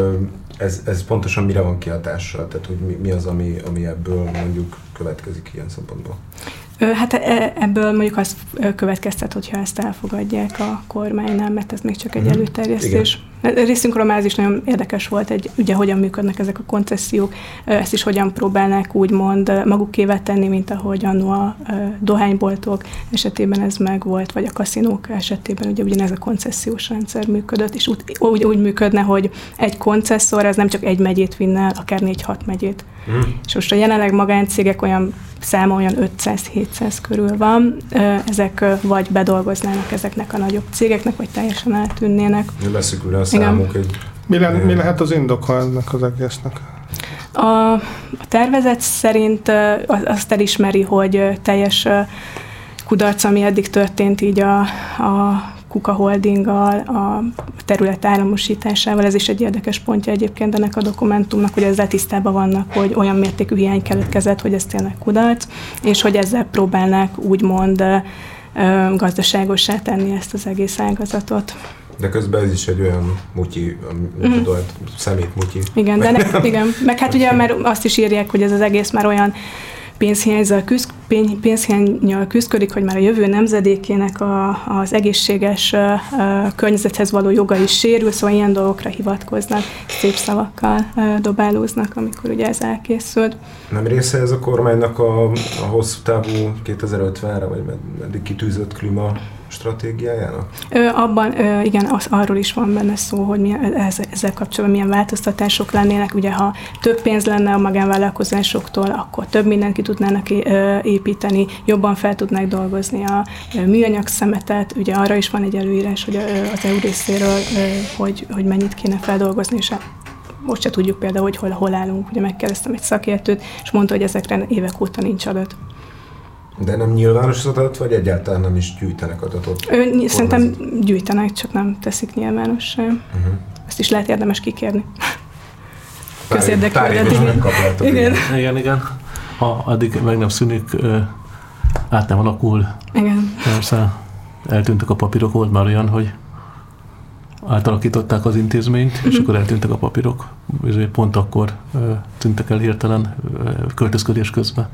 ez pontosan mire van kihatással? Tehát, hogy mi az, ami ebből mondjuk következik ilyen szempontból? Hát ebből mondjuk azt következtet, hogyha ezt elfogadják a kormánynál, mert ez még csak egy előterjesztés. Részünkről már ez is nagyon érdekes volt, ugye hogyan működnek ezek a koncesziók, ezt is hogyan próbálnák úgymond magukévá tenni, mint ahogy annó a dohányboltok esetében ez meg volt, vagy a kaszinók esetében ugye ugyanez a koncesziós rendszer működött, és úgy működne, hogy egy koncesszor, ez nem csak egy megyét vinne el, akár 4-6 megyét. És most a jelenleg magáncégek olyan száma olyan 500-700 körül van, ezek vagy bedolgoznának ezeknek a nagyobb cégeknek, vagy teljesen eltűnnének. Beszükülne a számunk. Mi lehet az indoka ennek az egésznek? A tervezet szerint azt elismeri, hogy teljes kudarc, ami eddig történt így a Kuka Holdinggal, a terület államosításával, ez is egy érdekes pontja egyébként ennek a dokumentumnak, hogy ezzel tisztában vannak, hogy olyan mértékű hiány keletkezett, hogy ez tényleg kudarc, és hogy ezzel próbálnák úgymond gazdaságossá tenni ezt az egész ágazatot. De közben ez is egy olyan mutyi, szemét mutyi. Igen, igen, meg hát ugye már azt is írják, hogy ez az egész már olyan pénzhiánnyal küszködik, hogy már a jövő nemzedékének az egészséges környezethez való joga is sérül, szóval ilyen dolgokra hivatkoznak, szép szavakkal dobálóznak, amikor ugye ez elkészült. Nem része ez a kormánynak a hosszú távú 2050-re, vagy meddig kitűzött klíma stratégiájának? Abban, igen, arról is van benne szó, hogy ezzel kapcsolatban milyen változtatások lennének. Ugye, ha több pénz lenne a magánvállalkozásoktól, akkor több mindent ki tudnának építeni, jobban fel tudnák dolgozni a műanyag szemetet. Ugye arra is van egy előírás, hogy az EU részéről, hogy mennyit kéne feldolgozni, és most se tudjuk például, hogy hol állunk. Ugye megkérdeztem egy szakértőt, és mondta, hogy ezekre évek óta nincs adat. De nem nyilvános az adat, vagy egyáltalán nem is gyűjtenek adatot? Szerintem gyűjtenek, csak nem teszik nyilvánossá. Ezt is lehet érdemes kikérni. Közérdekű adat. Igen. Ha addig meg nem szűnik, át nem alakul. Igen. Persze eltűntek a papírok, volt már olyan, hogy átalakították az intézményt, és akkor eltűntek a papírok. Pont akkor tűntek el hirtelen költözködés közben.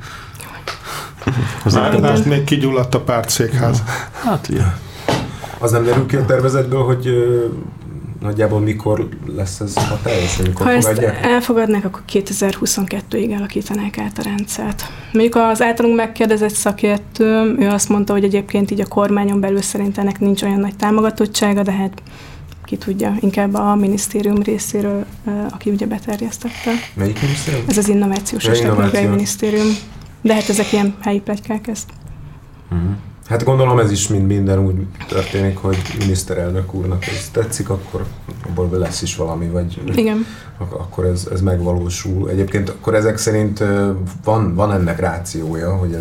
Most még kigyulladt a pártszékház. Hát ugye. Az nem derül ki a tervezetből, hogy nagyjából mikor lesz ez hatályos, mikor ha fogadják? Ezt elfogadnák, akkor 2022-ig alakítanák át a rendszert. Mondjuk az általunk megkérdezett szakértő, ő azt mondta, hogy egyébként így a kormányon belül szerint ennek nincs olyan nagy támogatottsága, de hát ki tudja, inkább a minisztérium részéről, aki ugye beterjesztette. Melyik minisztérium? Ez az Innovációs és Technológiai Minisztérium. De hát ezek ilyen helyi pletykák ezt. Hát gondolom ez is minden úgy történik, hogy miniszterelnök úrnak ez tetszik, akkor abból lesz is valami, vagy igen. Akkor ez megvalósul. Egyébként akkor ezek szerint van ennek rációja, hogy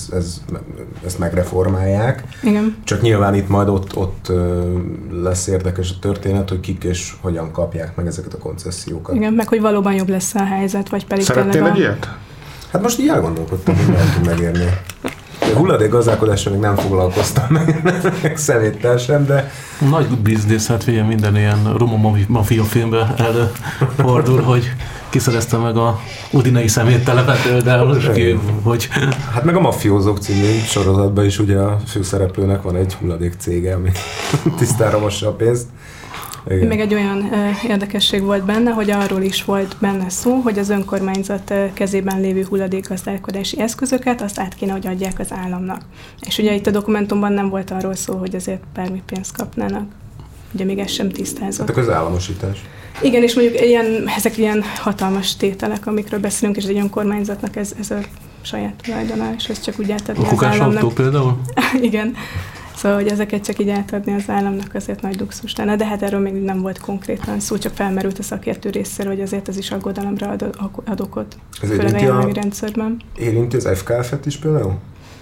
ezt megreformálják. Igen. Csak nyilván itt majd ott lesz érdekes a történet, hogy kik és hogyan kapják meg ezeket a koncesziókat. Igen, meg hogy valóban jobb lesz a helyzet, vagy pedig szeretnél egy ilyet? Hát most így elgondolkodtam, hogy lehet megérni. A hulladékgazdálkodással még nem foglalkoztam, meg szeméttel sem, de... Nagy biznisz, hát figyelj, minden ilyen roma mafia filmben előfordul, hogy kiszerezte meg a udinei szeméttelepet például, hogy... Hát meg a Mafiózók című sorozatban is ugye a főszereplőnek van egy hulladék cége, ami tisztára mossa a pénzt. Igen. Még egy olyan érdekesség volt benne, hogy arról is volt benne szó, hogy az önkormányzat kezében lévő hulladékgazdálkodási eszközöket azt át kéne, hogy adják az államnak. És ugye itt a dokumentumban nem volt arról szó, hogy ezért bármi pénzt kapnának. Ugye még ez sem tisztázott. Hát a közállamosítás. Igen, és mondjuk ezek ilyen hatalmas tételek, amikről beszélünk, és egy önkormányzatnak ez a saját tulajdona, és ezt csak úgy átadni az államnak. A például? Igen. Szóval, hogy ezeket csak így átadni az államnak azért nagy luxus lenne, de hát erről még nem volt konkrétan szó, csak felmerült a szakértő részéről, hogy azért ez is aggodalomra ad okot. Főleg a jelenlegi rendszerben. Érinti az FKF-et is például?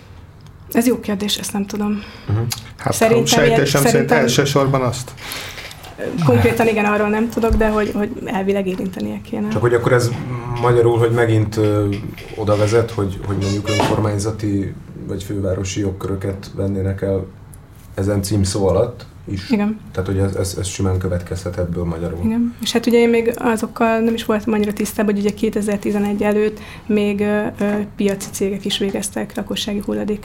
Ez jó kérdés, ezt nem tudom. Hát sejtésem szerint elsősorban azt. Konkrétan igen, arról nem tudok, de hogy elvileg érintenie kéne. Csak hogy akkor ez magyarul, hogy megint oda vezet, hogy mondjuk önkormányzati vagy fővárosi jogköröket vennének el ezen címszó alatt is. Igen. Tehát, hogy ez simán következhet ebből magyarul. Igen. És hát ugye én még azokkal nem is voltam annyira tisztában, hogy ugye 2011 előtt még piaci cégek is végeztek lakossági hulladék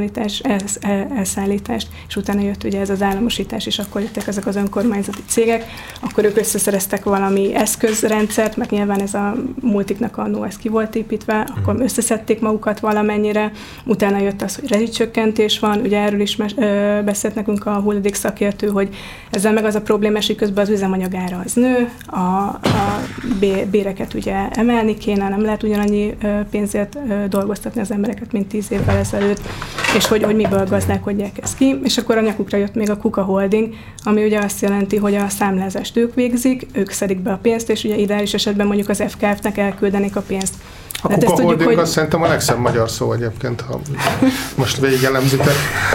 elszállítást, és utána jött ugye ez az államosítás, és akkor jöttek ezek az önkormányzati cégek, akkor ők összeszereztek valami eszközrendszert, mert nyilván ez a multiknak annó ez ki volt építve, akkor összeszedték magukat valamennyire, utána jött az, hogy rezsicsökkentés van, ugye erről is beszélt nekünk a hulladék szakértő, hogy ezzel meg az a problémás, hogy közben az üzemanyagára az nő, a béreket ugye emelni kéne, nem lehet ugyanannyi pénzért dolgoztatni az embereket, mint 10 évvel ezelőtt, és hogy miből gazdálkodják ezt ki. És akkor a nyakukra jött még a Kuka Holding, ami ugye azt jelenti, hogy a számlázást ők végzik, ők szedik be a pénzt, és ugye ideális esetben mondjuk az FKF-nek elküldenék a pénzt. A Kuka Holding azt szerintem a legszebb magyar szó egyébként, ha most végigelemzitek.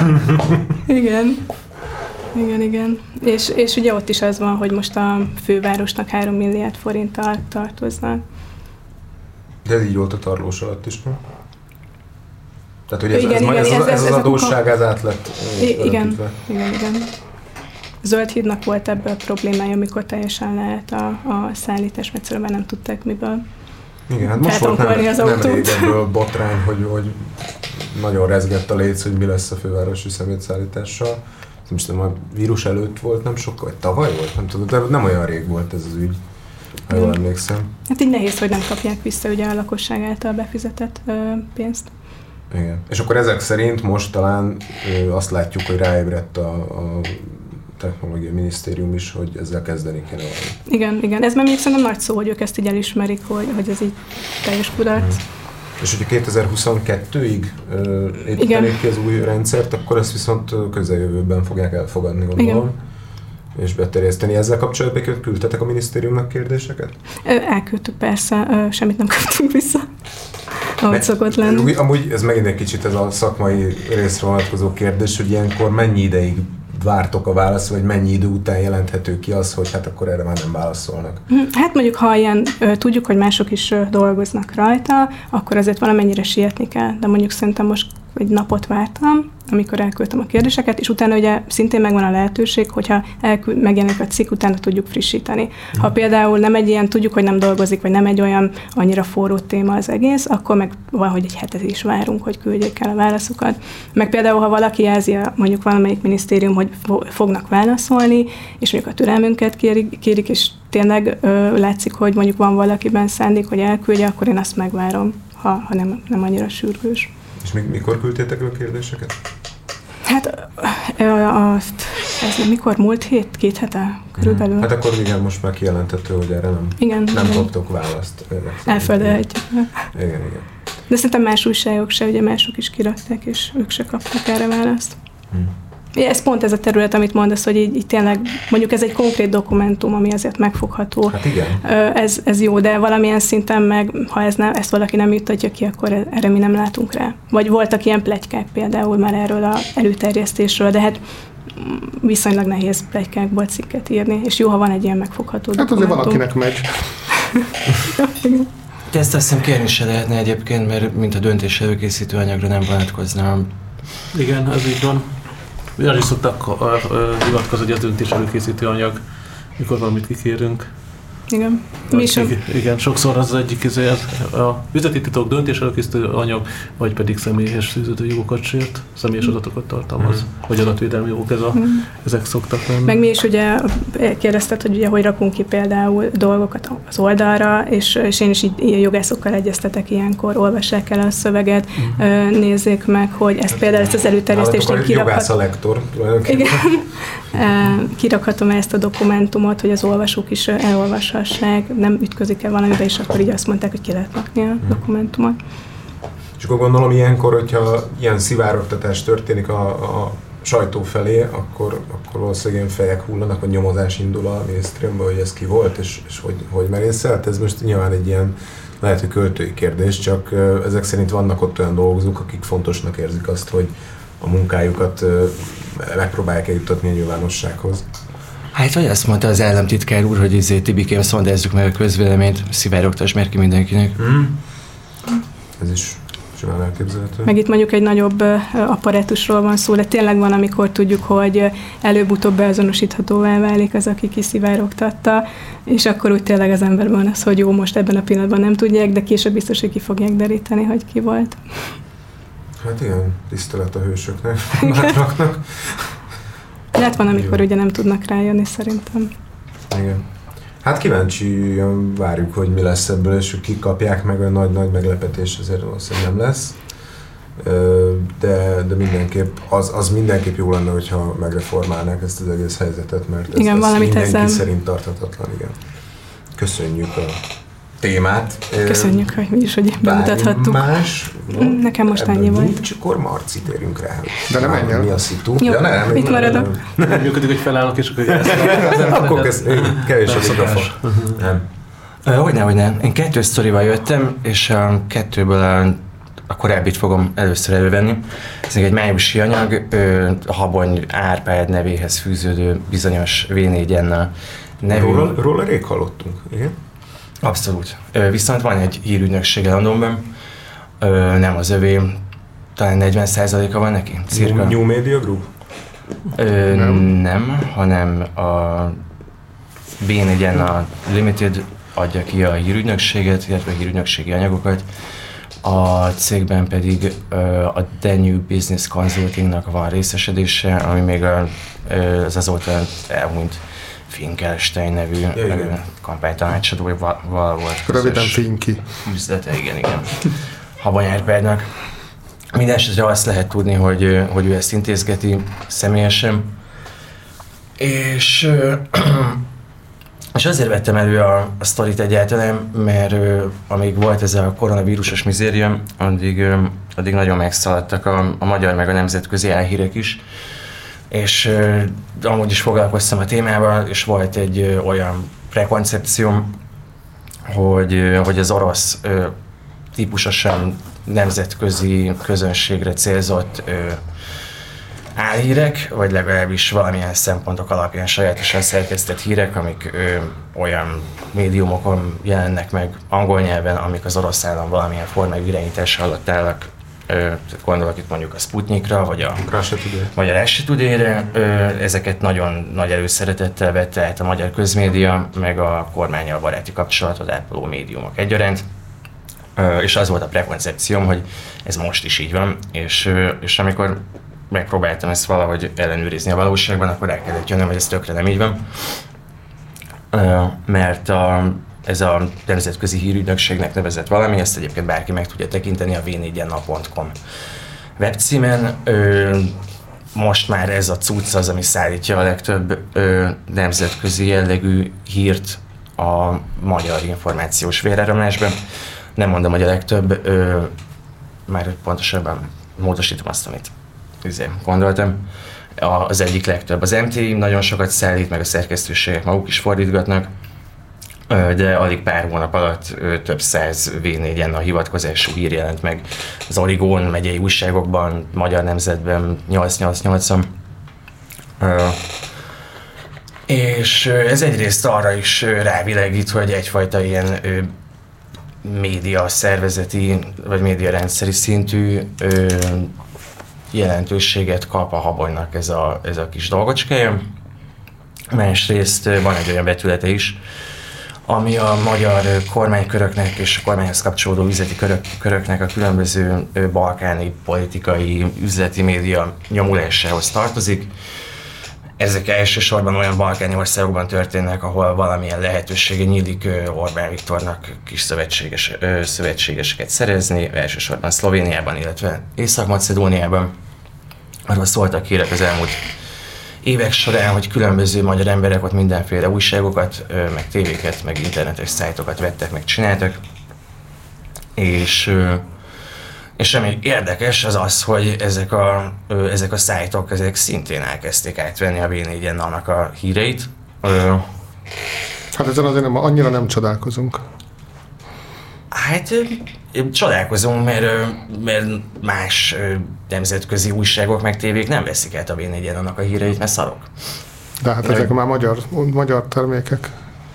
Igen. Igen. És ugye ott is az van, hogy most a fővárosnak 3 milliárd forinttal tartoznak. De ez így volt a Tarlós alatt is, nem? Tehát, hogy ez az adósság, ez át lett Igen. Zöldhídnak volt ebből a problémája, amikor teljesen lehet a szállítás, mert egyszerűen nem tudták miből. Igen, hát most volt nem rég ebből botrány, hogy nagyon rezgett a léc, hogy mi lesz a fővárosi szemétszállítással. Nem tudom, a vírus előtt volt, nem sokkal, vagy tavaly volt, nem tudom, de nem olyan rég volt ez az ügy, ha jól emlékszem. Hát így nehéz, hogy nem kapják vissza ugye a lakosság által befizetett pénzt. Igen. És akkor ezek szerint most talán azt látjuk, hogy ráébredt a Technológiai Minisztérium is, hogy ezzel kezdeni kéne valamit. Igen. Ez már még szerintem nagy szó, hogy ők ezt így elismerik, hogy ez így teljes kudarc. És hogyha 2022-ig építenék ki az új rendszert, akkor ezt viszont közeljövőben fogják elfogadni, gondolom. és beterjeszteni. Ezzel kapcsolatban küldtetek a minisztériumnak kérdéseket? Elküldtük persze, semmit nem kaptunk vissza, ahogy szokott lenni. Amúgy ez megint egy kicsit ez a szakmai részre vonatkozó kérdés, hogy ilyenkor mennyi ideig vártok a válasz, vagy mennyi idő után jelenthető ki az, hogy hát akkor erre már nem válaszolnak? Hát mondjuk, ha ilyen tudjuk, hogy mások is dolgoznak rajta, akkor azért valamennyire sietni kell, de mondjuk szerintem most egy napot vártam, amikor elküldtem a kérdéseket, és utána ugye szintén megvan a lehetőség, hogyha megjelenik a cikk, utána tudjuk frissíteni. Ha például nem egy ilyen, tudjuk, hogy nem dolgozik, vagy nem egy olyan annyira forró téma az egész, akkor meg van, hogy egy hetet is várunk, hogy küldjék el a válaszokat. Meg például, ha valaki jelzi, mondjuk valamelyik minisztérium, hogy fognak válaszolni, és mondjuk a türelmünket kérik, és tényleg látszik, hogy mondjuk van valakiben szándék, hogy elküldje, akkor én azt megvárom, ha nem annyira sürgős. És mikor küldtétek a kérdéseket? Hát ez mikor? Múlt hét? 2 hete körülbelül. Hát akkor igen, most már kijelentető, hogy erre nem kaptok választ. Elföldelhetjük. Igen. De szerintem más újságok se, ugye mások is kirakták, és ők se kaptak erre választ. Ez pont ez a terület, amit mondasz, hogy így tényleg, mondjuk ez egy konkrét dokumentum, ami azért megfogható. Hát igen. Ez jó, de valamilyen szinten meg, ha ezt valaki nem juttatja ki, akkor erre mi nem látunk rá. Vagy voltak ilyen pletykák például már erről az előterjesztésről, de hát viszonylag nehéz pletykákból cikket írni, és jó, ha van egy ilyen megfogható dokumentum. Hát azért valakinek megy. De ezt azt hiszem kérni se lehetne egyébként, mert mint a döntés előkészítő anyagra nem vonatkozna. Igen, ez így van. Arra is szoktak hivatkozni, hogy az döntés előkészítő anyag, mikor valamit kikérünk. Igen. Igen, sokszor az egyik a üzleti titok döntés előkészítő anyag, vagy pedig személyes fűződő jogokat sért, személyes adatokat tartalmaz, vagy adatvédelmi jogok, ezek szoktak lenni. Meg mi is ugye kérdezted, hogy ugye hogy rakunk ki például dolgokat az oldalra, és én is így jogászokkal egyeztetek ilyenkor, olvassák el a szöveget, nézzék meg, hogy ezt például ezt az előterjesztést én jogász a lektor. Igen. Kirakhatom ezt a dokumentumot, hogy az olvasók is elolvashassák, nem ütközik-e valamibe, és akkor így azt mondták, hogy ki lehet rakni a dokumentumot. És akkor gondolom ilyenkor, hogyha ilyen szivárogtatás történik a sajtó felé, akkor valószínűleg ilyen fejek hullanak, hogy nyomozás indul a minisztériumban, hogy ez ki volt, és hogy merészelt. Ez most nyilván egy ilyen lehet, hogy költői kérdés, csak ezek szerint vannak ott olyan dolgozók, akik fontosnak érzik azt, hogy a munkájukat megpróbálják eljuttatni a nyilvánossághoz. Hát vagy azt mondta az államtitkár úr, hogy Tibikém, szondázzuk meg a közvéleményt, szivárogtass már ki mindenkinek. Ez is simán elképzelhető. Meg itt mondjuk egy nagyobb apparátusról van szó, de tényleg van, amikor tudjuk, hogy előbb-utóbb beazonosíthatóvá válik az, aki kiszivárogtatta, és akkor úgy tényleg az emberben van az, hogy jó, most ebben a pillanatban nem tudják, de később biztos, hogy ki fogják deríteni, hogy ki volt. Hát igen, tisztelet a hősöknek, bátraknak. Lehet van, amikor ugye nem tudnak rájönni, szerintem. Igen. Hát kíváncsian várjuk, hogy mi lesz ebből, és hogy kik kapják meg, a nagy meglepetés azért valószínűleg nem lesz. De mindenképp, az mindenképp jó lenne, hogyha megreformálnák ezt az egész helyzetet, mert ez, igen, ez mindenki szerint tarthatatlan, igen. Köszönjük a témát. Köszönjük, hogy mi is, hogy bemutathattuk. Más? Nekem most ennyi volt. Nincs, akkor Marci, térjünk rá. De nem menjen. Mi a szitu? Jó, ja, nem, itt maradok. Nem működik, hogy felállok, és akkor akkor kevés a mikrofon. Hogyne. Én 2 sztorival jöttem, és a 2-ből a korábbit fogom először elővenni. Ez egy májusi anyag, a Habony Árpád nevéhez fűződő bizonyos V4N nevű. Róla rég hallottunk, igen? Abszolút. Viszont van egy hírügynöksége Londonban, nem az övé, talán 40%-a van neki, cirka. New Media Group? Nem, hanem a B4N a Limited adja ki a hírügynökséget, illetve a hírügynökségi anyagokat. A cégben pedig a The New Business Consultingnak van részesedése, ami még az azóta elhunyt Finkelstein nevű kampánytanácsadóval volt. Röviden Finki. Üzlete, igen. Habony Árpádnak. Mindenesetre azt lehet tudni, hogy ő ezt intézgeti személyesen. És azért vettem elő a sztorit egyáltalán, mert amíg volt ez a koronavírusos mizérium, addig nagyon megszaladtak a magyar meg a nemzetközi álhírek is. és amúgy is foglalkoztam a témával, és volt egy olyan prekoncepcióm, hogy az orosz típusosan nemzetközi közönségre célzott álhírek, vagy legalábbis valamilyen szempontok alapján sajátosan szerkesztett hírek, amik olyan médiumokon jelennek meg angol nyelven, amik az orosz állam valamilyen formájú irányítása alatt állnak. Gondolok itt mondjuk a Sputnikra, vagy a Russia Today-re. Ezeket nagyon nagy előszeretettel vette át a magyar közmédia, meg a kormánnyal baráti kapcsolatot ápoló médiumok egyaránt. És az volt a prekoncepcióm, hogy ez most is így van, és amikor megpróbáltam ezt valahogy ellenőrizni a valóságban, akkor el kellett jönnöm, hogy ez tökre nem így van. Mert ez a nemzetközi hírügynökségnek nevezett valami, ezt egyébként bárki meg tudja tekinteni a v4nap.com webcímen. Most már ez a cucc az, ami szállítja a legtöbb nemzetközi jellegű hírt a magyar információs véráramlásban. Nem mondom, hogy a legtöbb, már pontosabban módosítom azt, amit gondoltam. Az egyik legtöbb az MTI, nagyon sokat szállít, meg a szerkesztőségek maguk is fordítgatnak, de alig pár hónap alatt több száz V4-en a hivatkozású hír jelent meg az Origón megyei újságokban, Magyar Nemzetben 888-on. És ez egyrészt arra is rávilágít, hogy egyfajta ilyen média szervezeti vagy média rendszeri szintű jelentőséget kap a Habonynak ez a kis dolgocskája. Másrészt van egy olyan vetülete is, ami a magyar kormányköröknek és a kormányhoz kapcsolódó üzleti köröknek a különböző balkáni politikai üzleti média nyomulásához tartozik. Ezek elsősorban olyan balkáni országokban történnek, ahol valamilyen lehetősége nyílik Orbán Viktornak kis szövetségeseket szerezni, elsősorban Szlovéniában, illetve Észak-Macedóniában. Arról szóltak hírek az elmúlt évek során, hogy különböző magyar emberek ott mindenféle újságokat, meg tévéket, meg internetes szájtokat vettek, meg csináltak. És ami érdekes az az, hogy ezek a szájtok szintén elkezdték átvenni a V4-en annak a híreit. Hát ezen azért annyira nem Hát csodálkozunk, mert más nemzetközi újságok meg tévék nem veszik át a V4-en annak a híreit, mert szarok. De hát ezek már magyar termékek.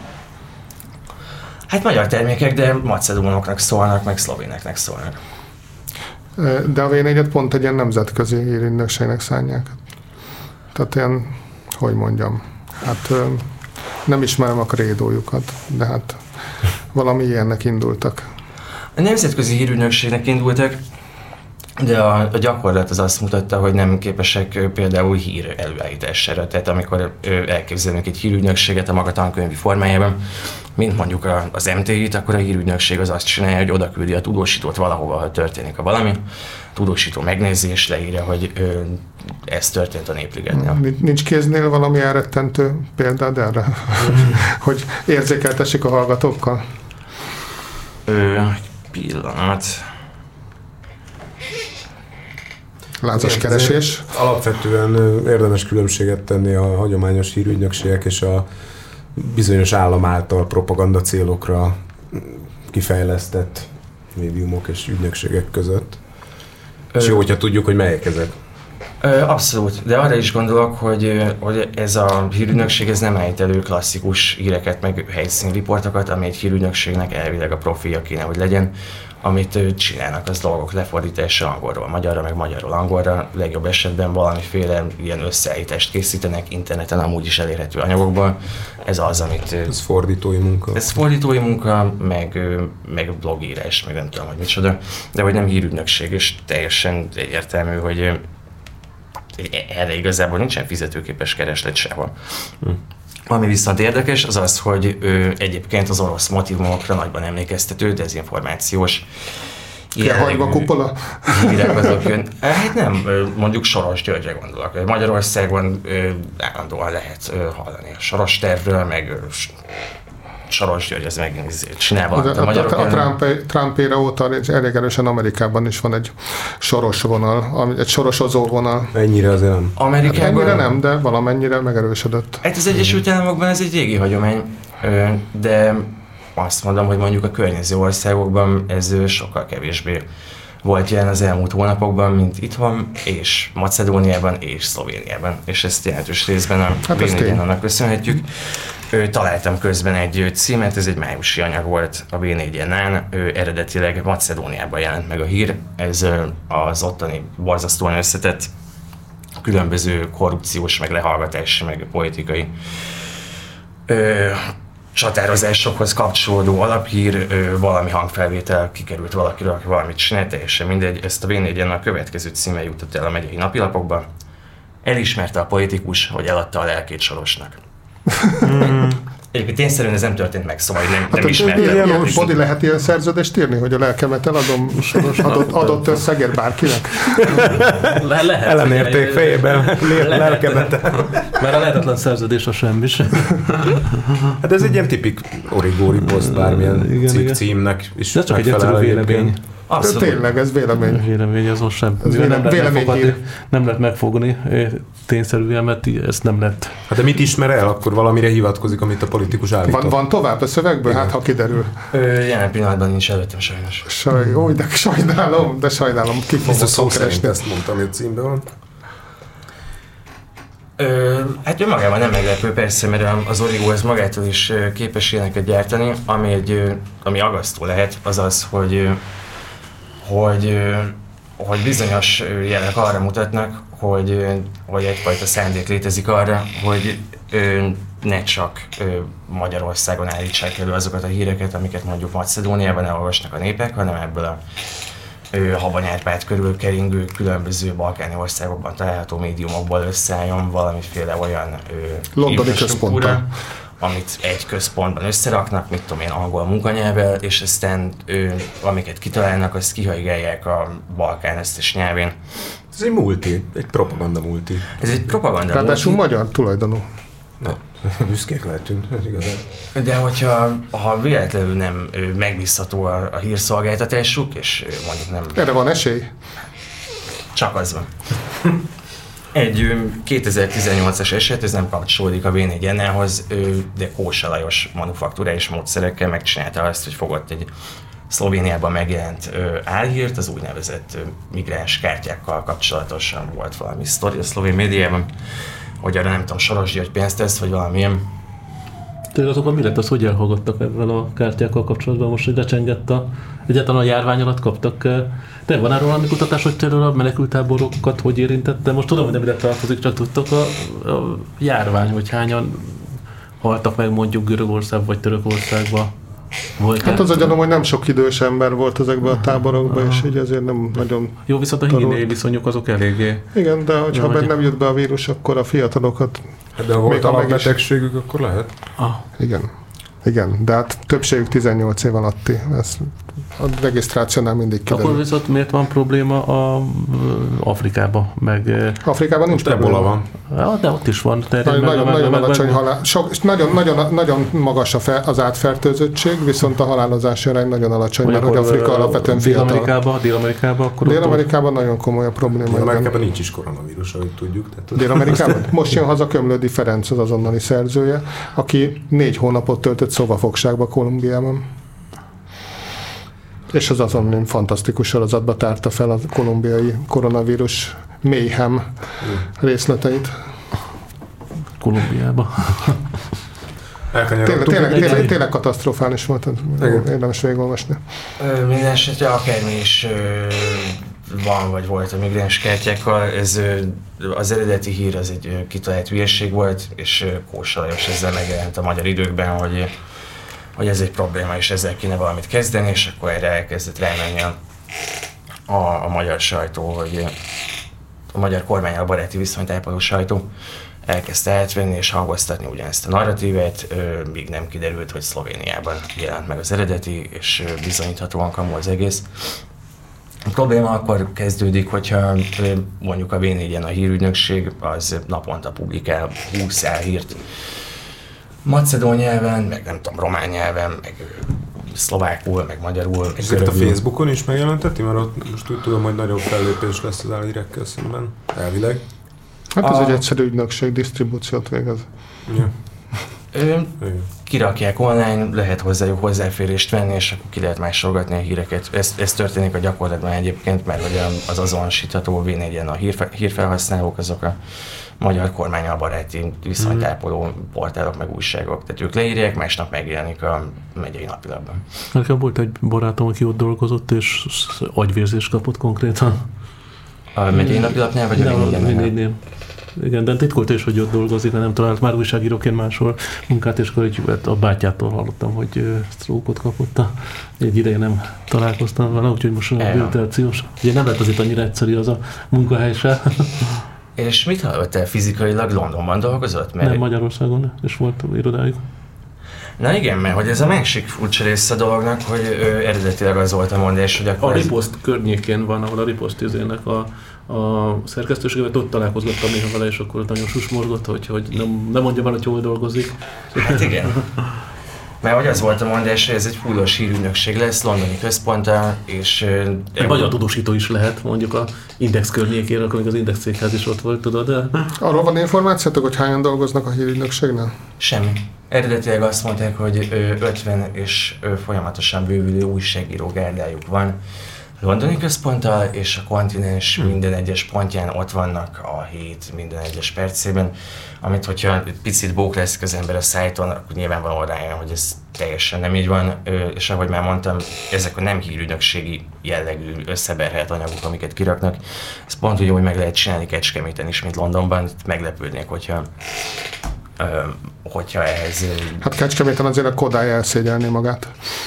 Hát magyar termékek, de macedónoknak szólnak, meg szlovéneknek szólnak. De a V4-et pont egy ilyen nemzetközi hírügynökségnek szánják. Tehát ilyen, hogy mondjam, hát nem ismerem a krédójukat, de hát valami ilyennek indultak. A nemzetközi hírügynökségnek indultak, de a gyakorlat az azt mutatta, hogy nem képesek például hír előállítására. Tehát amikor elképzelünk egy hírügynökséget a maga tankönyvi formájában, mint mondjuk az MTI-t, akkor a hírügynökség az azt csinálja, hogy oda küldi a tudósítót valahova, ha történik a valami. A tudósító megnézi és leírja, hogy ez történt a Népligetnél. Nincs kéznél valami elrettentő példád erre? Hogy érzékeltessék a hallgatókkal? Pillanat. Lázas keresés. Alapvetően érdemes különbséget tenni a hagyományos hírügynökségek és a bizonyos állam által propaganda célokra kifejlesztett médiumok és ügynökségek között. És jó, hogyha tudjuk, hogy melyek ezek. Abszolút, de arra is gondolok, hogy ez a hírügynökség ez nem állít elő klasszikus híreket, meg helyszínriportokat, ami egy hírügynökségnek elvileg a profilja kéne, hogy legyen. Amit csinálnak, az dolgok lefordítása angolról magyarra, meg magyarról angolra. Legjobb esetben valamiféle ilyen összeállítást készítenek interneten amúgy is elérhető anyagokból. Ez az, amit... Ez fordítói munka. Ez fordítói munka, meg blogírás, meg nem tudom, hogy micsoda. De hogy nem hírügynökség, és teljesen egyértelmű, hogy erre igazából nincsen fizetőképes kereslet sehol. Ami viszont érdekes, az az, hogy egyébként az orosz motívumokra nagyban emlékeztető dezinformációs jellegű kupola? Hírek azok jön. Hát nem, mondjuk Soros Györgyre gondolok. Magyarországon állandóan lehet hallani a Soros tervről, meg Soros György az megint csinál valamit a magyarok ellen. A Trump-éra óta elég erősen Amerikában is van egy soros vonal, egy sorosozó vonal. Ennyire azért nem. Amerikában... Ennyire nem, de valamennyire megerősödött. Hát az Egyesült Államokban ez egy régi hagyomány, de azt mondom, hogy mondjuk a környező országokban ez sokkal kevésbé volt jelen az elmúlt hónapokban, mint itthon, és Macedóniában, és Szlovéniában. És ezt jelentős részben a V4-en köszönhetjük. Találtam közben egy címet, ez egy májusi anyag volt a V4-en, eredetileg Macedóniában jelent meg a hír. Ez az ottani borzasztóan összetett különböző korrupciós, meg lehallgatási, meg politikai csatározásokhoz kapcsolódó alaphír, valami hangfelvétel kikerült valakiről, aki valamit csinál, teljesen mindegy. Ezt a V4-en a következő címe jutott el a megyei napilapokba. Elismerte a politikus, hogy eladta a lelkét Sorosnak. Egyébként tényszerűen ez nem történt meg, szóval nem ismertem. Bodi lehet ilyen szerződést írni, hogy a lelkemet eladom adott összegért bárkinek? Lehet. Elemérték fejében lelkemet. Mert a lehetetlen szerződés a semmi sem. Hát ez egy ilyen tipik origóri poszt bármilyen címnek is. De csak egy egyszerű vélemény. Abszolút. Tényleg, ez vélemény. Vélemény, az most sem. Nem lehet megfogni tényszerűen, mert ezt nem lehet. Hát de mit ismer el? Akkor valamire hivatkozik, amit a politikus állított. Van tovább a szövegből? Hát, ha kiderül. Jelen pillanatban nincs előttem sajnos. De sajnálom, ki fogom keresni. Ezt mondtam, hogy a címben van. Hát önmagában nem meglepő persze, mert az Origo ez magától is képes ilyeneket gyártani, ami aggasztó lehet, az az, hogy bizonyos jelek arra mutatnak, hogy egyfajta szándék létezik arra, hogy ne csak Magyarországon állítsák elő azokat a híreket, amiket mondjuk Macedóniában elolvasnak a népek, hanem ebből a Habony Árpád körül keringő különböző balkáni országokban található médiumokból összeálljon valamiféle olyan londoni központtal, amit egy központban összeraknak, mit tudom én, angol munkanyelvvel, és aztán amiket kitalálnak, azt kihaigálják a Balkán összes nyelvén. Ez egy multi, egy propaganda multi. Ez egy propaganda multi. Ráadásul magyar tulajdonú. Na, büszkék lehetünk, ez igazán. De hogyha véletlenül nem megbízható a hírszolgáltatásuk, és mondjuk nem... Erre van esély? Csak az van. Egy 2018-as eset, ez nem kapcsolódik a V4-hoz, de Kósa Lajos manufakturális módszerekkel megcsinálta azt, hogy fogott egy Szlovéniában megjelent álhírt, az úgynevezett migráns kártyákkal kapcsolatosan volt valami sztori a szlovén médiában, hogy arra nem tudom, Soros György pénzt tesz, vagy valamilyen. Tényleg azokban mi lett az, hogy elhallgattak ezzel a kártyákkal kapcsolatban, most, hogy lecsengett egyáltalán a járvány alatt kaptak? De van arról valami kutatás, hogy tényleg a menekülttáborokat hogy érintette? Most tudom, hogy nem ide tartozik, csak tudtok a járvány, hogy hányan haltak meg mondjuk Görögország vagy Törökországba. Hát az a gyanom, hogy nem sok idős ember volt ezekben a táborokban, és így ezért nem nagyon... Jó, viszont a higiéniai viszonyok azok eléggé... Igen, de hogyha nem jut be a vírus, akkor a fiatalokat... De ha volt alapbetegségük, akkor lehet? Igen, de hát többségük 18 év alatti. Ez a regisztrációnál mindig kiderül. Akkor viszont miért van probléma Afrikában? Afrikában nincs probléma. Van. Ja, de ott is van. Nagyon alacsony halál. Nagyon magas az átfertőzöttség, viszont a halálozási arány nagyon alacsony, mert hogy Afrika alapvetően fiatal. Dél-Amerikában nagyon komoly a probléma. Dél-Amerikában nincs is koronavírus, ahogy tudjuk. Dél-Amerikában? Most jön haza Kömlődi Ferenc, az azonnali szerzője, aki 4 hónapot töltött szobafogságba Kolumbiában. És az azon fantasztikus sorozatba tárta fel a kolumbiai koronavírus mayhem részleteit. Kolumbiába. Tényleg katasztrofális volt, érdemes végigolvasni. Mindenesetre akármi is van vagy volt a migráns kártyákkal, ez az eredeti hír az egy kitalált hülyeség volt, és Kósa Lajos ezzel megjelent a Magyar Időkben, hogy ez egy probléma, és ezzel kéne valamit kezdeni, és akkor erre elkezdett rámenni a magyar sajtó, hogy a magyar kormánnyal baráti viszonyt ápoló sajtó elkezdte átvenni és hangoztatni ugyanezt a narratívát, míg nem kiderült, hogy Szlovéniában jelent meg az eredeti, és bizonyíthatóan kamu az egész. A probléma akkor kezdődik, hogyha mondjuk a V4-en a hírügynökség az naponta publikál 20 álhírt macedón nyelven, meg nem tudom, román nyelven, meg szlovákul, meg magyarul, meg ezeket a Facebookon is megjelenteti? Mert ott most úgy tudom, hogy nagyobb fellépés lesz az álhírekkel szemben, elvileg. Hát ez egy egyszerű ügynökség, disztribúciót végez. Ja. Kirakják online, lehet hozzájuk hozzáférést venni, és akkor ki lehet másolgatni a híreket. Ez történik a gyakorlatban egyébként, mert hogy az azonosítható V4-en a hírfelhasználók, azok a magyar kormánnyal baráti viszonytápoló portálok meg újságok. Tehát ők leírják, másnap megjelenik a megyei napilapban. Nekem volt egy barátom, aki ott dolgozott, és agyvérzést kapott konkrétan. A megyei napilapnál, vagy a V4-nél? Igen, de titkolta is, hogy ott dolgozik, nem talált már újságíróként máshol munkát, és akkor a bátyától hallottam, hogy sztrókot kapott. Egy ideje nem találkoztam vele, úgyhogy most rehabilitációs. Ugye nem lett azért annyira egyszerű az a munkahely se. És mit hallottál fizikailag? Londonban dolgozott? Nem, Magyarországon, és volt irodájuk. Na igen, mert hogy ez a másik furcsa része a dolognak, hogy eredetileg az volt a mondás, hogy akkor... A Ripost környékén van, ahol a Ripost izének a szerkesztőséget, ott találkozgattam néha vele, és akkor nagyon susmorgott, hogy nem mondja már, hogy hol dolgozik. Hát igen. Mert hogy az volt a mondás, hogy ez egy fullos hírügynökség lesz, londoni központtal, és... Egy magyar tudósító is lehet, mondjuk a Index környékén, akkor még az Index cégház is ott volt, tudod, de... Arról van információtok, hogy hányan dolgoznak a hírügynökségnél? Semmi. Eredetileg azt mondták, hogy 50 és folyamatosan bővülő újságíró gárdájuk van londoni központtal, és a kontinens minden egyes pontján ott vannak a hét minden egyes percében, amit hogyha picit bók lesz az ember a szájton, akkor nyilvánvalóan rájön, hogy ez teljesen nem így van, és ahogy már mondtam, ezek a nem hírügynökségi jellegű összeberhelt anyagok, amiket kiraknak, ez pont úgy, hogy meg lehet csinálni Kecskeméten is, mint Londonban, meglepődnék, hogyha ez... Hát Kecskeméten azért a Kodály elszégyelné magát.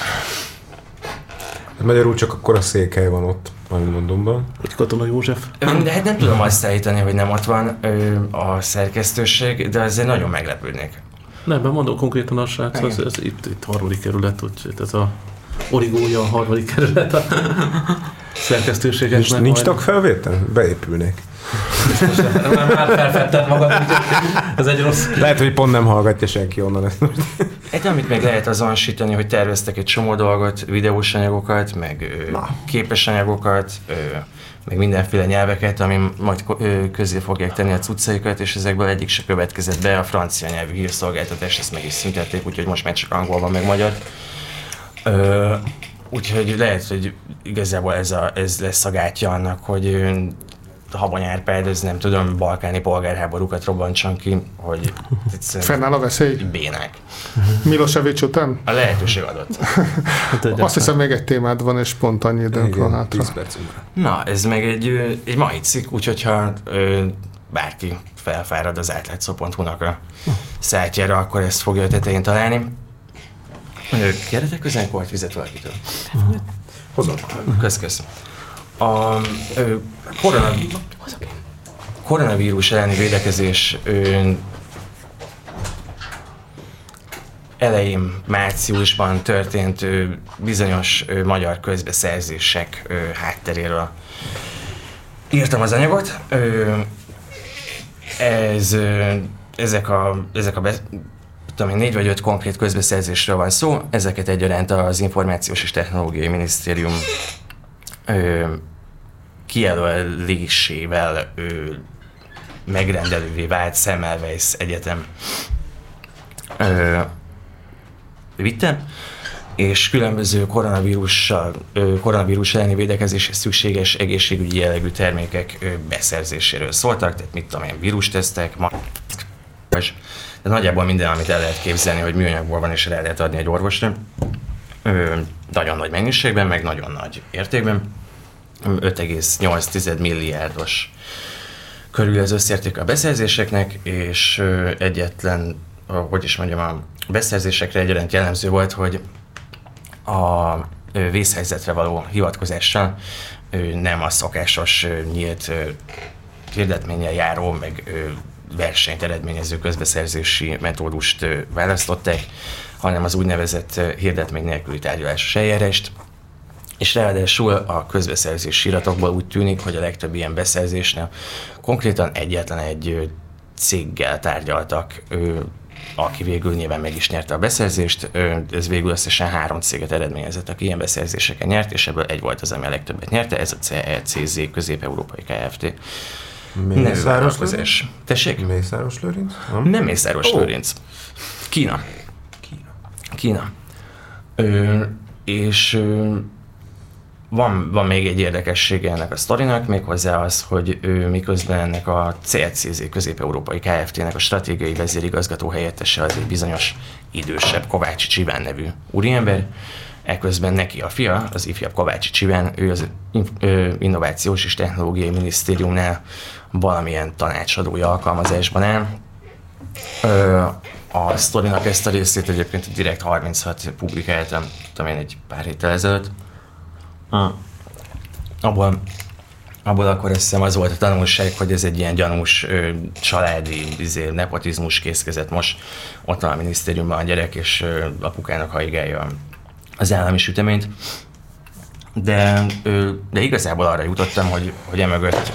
Magyarul csak akkor a székhely van ott, amit Londonban. Egy Katona József. De hát nem tudom azt állítani, hogy nem ott van a szerkesztőség, de azért nagyon meglepődnék. Nem, mondom konkrétan a srác, ez itt harmadik kerület, úgyhogy ez a origója a harmadik kerület a szerkesztőségeknek. Nincs tagfelvétel? Beépülnék. Már felfedted magad, ez egy rossz. Lehet, hogy pont nem hallgatja senki onnan ezt. Egy, amit meg lehet azonosítani, hogy terveztek egy csomó dolgot, videós anyagokat, meg képes anyagokat, meg mindenféle nyelveket, ami majd közé fogják tenni a cuccaikat, és ezekből egyik se következett be, a francia nyelvű hírszolgáltatás, ezt meg is szüntették, úgyhogy most már csak angol van, meg magyar. Úgyhogy lehet, hogy igazából ez lesz a gátja annak, hogy Habony Árpád, ez nem tudom, balkáni polgárháborúkat robbantson ki, hogy... Fennáll a veszély? Bénák. Milosevic után? A lehetőség adott. Azt hiszem, még egy témád van, és pont annyi időnk van hátra. 10 percünkre. Na, ez meg egy mai cikk, úgyhogy ha bárki felfárad az átlátszó.hu-nak a szájtjára, akkor ezt fogja a tetején találni. Kérhetek közel kortvizet valakitől? Hozom. Kösz. A koronavírus elleni védekezés elején, márciusban történt bizonyos magyar közbeszerzések hátteréről írtam az anyagot. Ezek a 4 vagy 5 konkrét közbeszerzésről van szó, ezeket egyaránt az Információs és Technológiai Minisztérium kijelölésével megrendelővé vált Semmelweis Egyetem vitte, és különböző koronavírus elleni védekezéshez szükséges egészségügyi jellegű termékek beszerzéséről szóltak, tehát mit tudom én, vírustesztek, de nagyjából minden, amit el lehet képzelni, hogy műanyagból van és rá lehet adni egy orvosra. Nagyon nagy mennyiségben, meg nagyon nagy értékben. 5,8 milliárdos körül az összérték a beszerzéseknek, és egyetlen, a beszerzésekre egyaránt jellemző volt, hogy a vészhelyzetre való hivatkozással nem a szokásos nyílt hirdetménnyel járó, meg versenyt eredményező közbeszerzési metódust választották, hanem az úgynevezett hirdetmény nélküli tárgyalásos eljárást, és ráadásul a közbeszerzési iratokból úgy tűnik, hogy a legtöbb ilyen beszerzésnél konkrétan egyetlen egy céggel tárgyaltak aki végül nyilván meg is nyerte a beszerzést. Ez végül összesen 3 céget eredményezett, aki ilyen beszerzéseken nyert, és ebből egy volt az, ami a legtöbbet nyerte, ez a CECZ Közép-Európai Kft. Mészáros Tessék? Mészáros Lőrinc? Nem Mészáros Lőrinc. Kína. És van még egy érdekessége ennek a sztorinak, méghozzá az, hogy miközben ennek a CECZ Közép-Európai Kft-nek a stratégiai vezérigazgató helyettese az egy bizonyos idősebb Kovácsi Csiván nevű úriember, ekközben neki a fia, az ifjabb Kovácsi Csiván, ő az Innovációs és Technológiai Minisztériumnál valamilyen tanácsadói alkalmazásban áll. A sztorinak ezt a részét egyébként a Direkt 36 publikáltam, tudom én, egy pár héttel ezelőtt. Abból akkor azt hiszem az volt a tanulság, hogy ez egy ilyen gyanús családi nepotizmus készkezett most. Ott van a minisztériumban a gyerek, és apukának haigálja az állami süteményt. De igazából arra jutottam, hogy emögött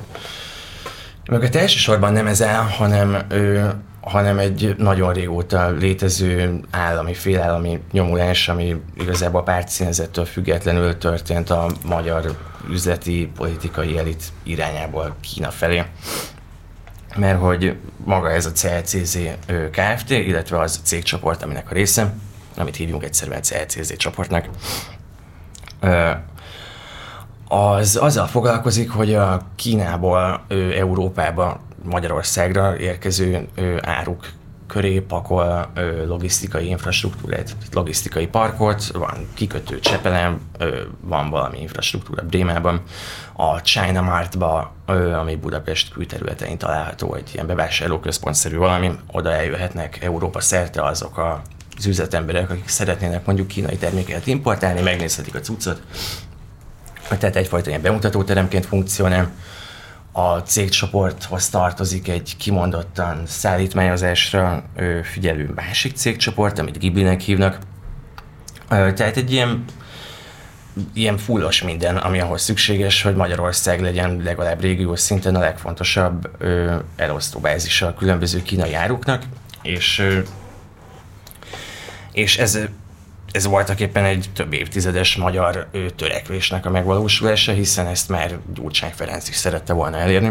elsősorban nem ez áll, hanem egy nagyon régóta létező félállami nyomulás, ami igazából a pártszínezettől függetlenül történt a magyar üzleti, politikai elit irányából Kína felé. Mert hogy maga ez a CECZ Kft., illetve az a cégcsoport, aminek a része, amit hívjunk egyszerűen CECZ csoportnak, az azzal foglalkozik, hogy a Kínából Európába, Magyarországra érkező áruk köré pakol logisztikai infrastruktúrát, logisztikai parkot, van kikötő Csepelen, van valami infrastruktúra Brémában, a China Martba, ami Budapest külterületein található, egy ilyen bevásárlóközpontszerű valami, oda eljöhetnek Európa szerte azok az üzletemberek, akik szeretnének mondjuk kínai terméket importálni, megnézhetik a cuccot, tehát egyfajta ilyen bemutatóteremként funkcionál. A cégcsoporthoz tartozik egy kimondottan szállítmányozásra figyelő másik cégcsoport, amit Ghibli-nek hívnak. Tehát egy ilyen fullos minden, ami ahhoz szükséges, hogy Magyarország legyen legalább régiós szinten a legfontosabb elosztóbázisa a különböző kínai áruknak, és ez voltak éppen egy több évtizedes magyar törekvésnek a megvalósulása, hiszen ezt már Gyurcsány Ferenc is szerette volna elérni.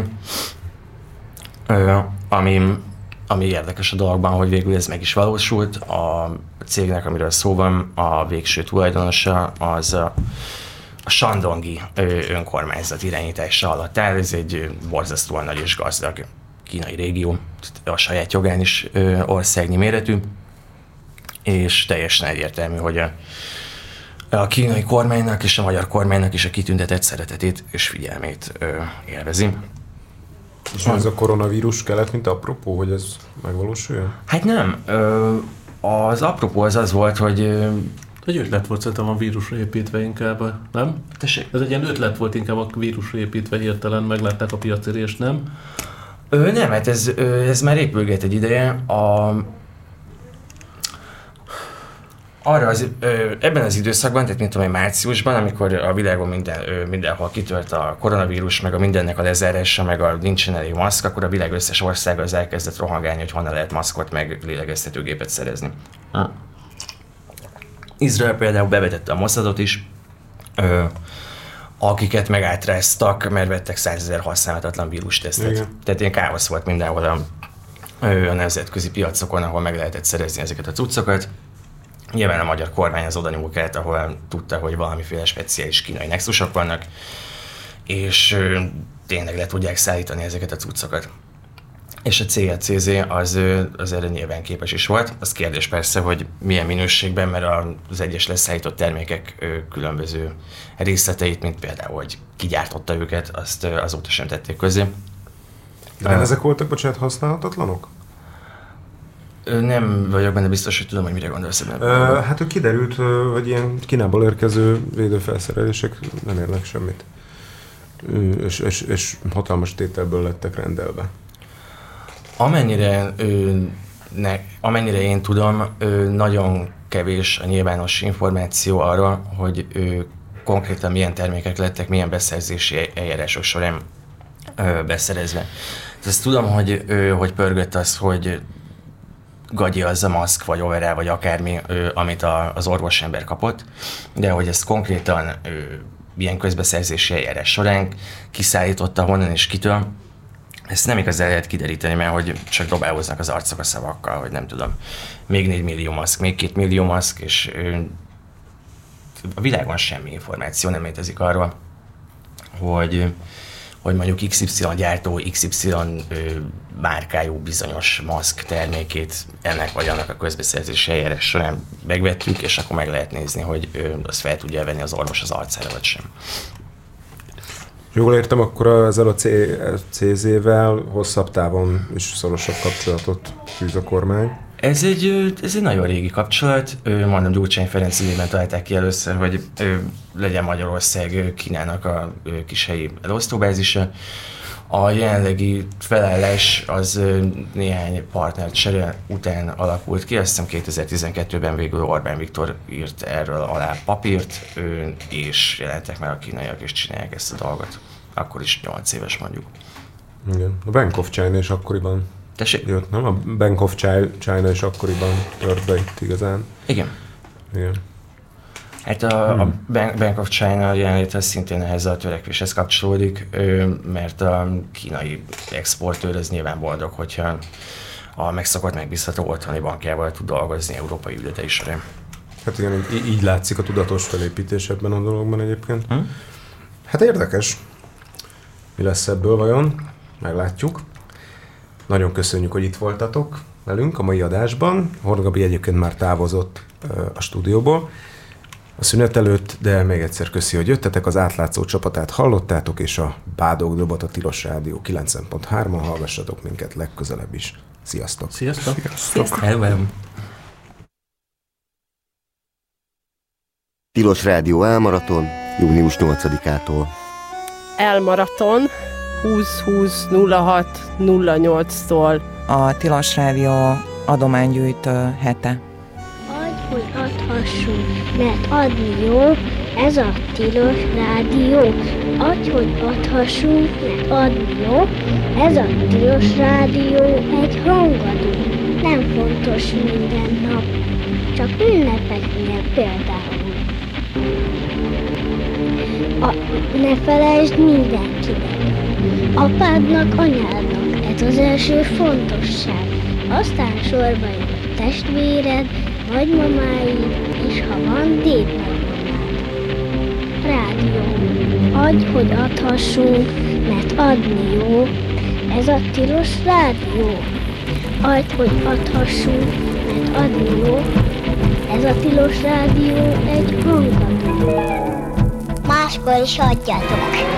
Ami érdekes a dologban, hogy végül ez meg is valósult. A cégnek, amiről szó van, a végső tulajdonosa az a shandongi önkormányzat irányítása alatt áll. Ez egy borzasztóan nagy és gazdag kínai régió, a saját jogán is országnyi méretű, és teljesen egyértelmű, hogy a kínai kormánynak és a magyar kormánynak is a kitüntetett szeretetét és figyelmét élvezi. És ez a koronavírus kellett, mint apropó, hogy ez megvalósuljon? Hát nem. Az apropó az volt, hogy... Egy ötlet volt szerintem a vírusra építve inkább, nem? Tessék? Ez egy ilyen ötlet volt inkább a vírusra építve, hirtelen meglátták a piacérést, nem? Nem, hát ez már épülget egy ideje. Ebben az időszakban, tehát mint tudom, márciusban, amikor a világon mindenhol kitört a koronavírus, meg a mindennek a lezárása, meg a nincsen elég maszk, akkor a világ összes országa az elkezdett rohangálni, hogy honnan lehet maszkot, meg lélegeztetőgépet szerezni. Izrael például bevetette a Mossadot is, akiket megátráztak, mert vettek 100 000 használhatatlan vírustesztet. Igen. Tehát ilyen káosz volt mindenhol a nemzetközi piacokon, ahol meg lehetett szerezni ezeket a cuccokat. Nyilván a magyar kormány az oda nyúlkált, ahol tudta, hogy valamiféle speciális kínai nexusok vannak, és tényleg le tudják szállítani ezeket a cuccokat. És a CECZ az erre nyilván képes is volt. Az kérdés persze, hogy milyen minőségben, mert az egyes leszállított termékek különböző részleteit, mint például, hogy ki gyártotta őket, azt azóta sem tették közé. De ezek voltak, bocsánat, használhatatlanok? Nem vagyok benne biztos, hogy tudom, hogy mire gondolsz ebben. Hát kiderült, hogy ilyen Kínából érkező védőfelszerelések nem érnek semmit. És hatalmas tételből lettek rendelve. Amennyire én tudom, nagyon kevés a nyilvános információ arra, hogy konkrétan milyen termékek lettek, milyen beszerzési eljárások során beszerezve. Ezt tudom, hogy pörgött az, hogy gagyi az a maszk, vagy overall, vagy akármi, amit az orvosember kapott, de hogy ezt konkrétan ilyen közbeszerzési eljárás során kiszállította, honnan és kitől, ezt nem igazán lehet kideríteni, mert hogy csak dobálóznak az arcok a szavakkal, hogy nem tudom, még 4 millió maszk, még 2 millió maszk, és a világon semmi információ nem létezik arról, hogy mondjuk XY gyártó, XY márkájú bizonyos maszk termékét ennek vagy annak a közbeszerzési eljárás során megvettük, és akkor meg lehet nézni, hogy azt fel tudja venni az orvos az arcára, vagy sem. Jól értem, akkor ezzel a CZ-vel hosszabb távon is szorosabb kapcsolatot fűz a kormány. Ez egy nagyon régi kapcsolat. Majdnem Gyurcsány Ferenc idejében találták ki először, hogy legyen Magyarország Kínának a kis helyi elosztóbázisa. A jelenlegi felállás az néhány partnercsere után alakult ki. Azt hiszem 2012-ben végül Orbán Viktor írt erről alá papírt, és jelentek meg a kínaiak, és csinálják ezt a dolgot. Akkor is 8 éves mondjuk. Igen. A Bank of China is akkoriban jött, nem? A Bank of China is akkoriban tört be itt igazán. Igen. Igen. Hát a Bank of China jelenléte szintén ehhez a törekvéshez kapcsolódik, mert a kínai exportőr az nyilván boldog, hogyha a megszokott, megbízható otthoni bankjával tud dolgozni európai ügyletei során. Hát igen, így látszik a tudatos felépítés ebben a dologban egyébként. Hát érdekes. Mi lesz ebből vajon? Meglátjuk. Nagyon köszönjük, hogy itt voltatok velünk a mai adásban. Horn Gabi egyébként már távozott a stúdióból a szünet előtt, de még egyszer köszi, hogy jöttetek. Az átlátszó csapatát hallottátok, és a Bádogdobot a Tilos Rádió 9.3-on hallgassatok minket legközelebb is. Sziasztok! Sziasztok! Sziasztok! Hello. Tilos Rádió elmaraton június 8-ától. Elmaraton 20-20-06-08-tól. A Tilos Rádió adománygyűjtő hete. Adj, hogy adhassunk, mert adni jó, ez a Tilos Rádió. Adj, hogy adhassunk, mert adni jó, ez a Tilos Rádió egy hangadó. Nem fontos minden nap, csak ünnepeknél például. Ne felejtsd mindenkinek, apádnak, anyádnak, ez az első fontosság. Aztán sorba jön a testvéred, nagymamáid, és ha van, dédnagymamád. Rádió. Adj, hogy adhassunk, mert adni jó, ez a Tilos Rádió. Adj, hogy adhassunk, mert adni jó, ez a Tilos Rádió egy hangadó. Máskor is adjatok.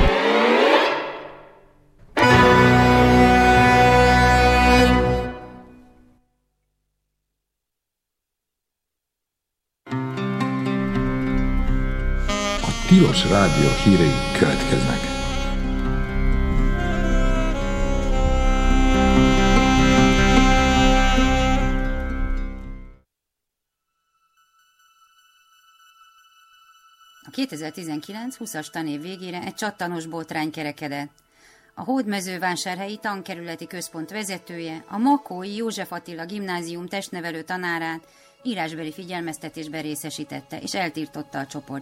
A Tilos Rádió hírei következnek. A 2019-20-as tanév végére egy csattanós botrány kerekedett. A Hódmezővásárhelyi Tankerületi Központ vezetője, a Makói József Attila Gimnázium testnevelő tanárát írásbeli figyelmeztetésben részesítette és eltiltotta a csoport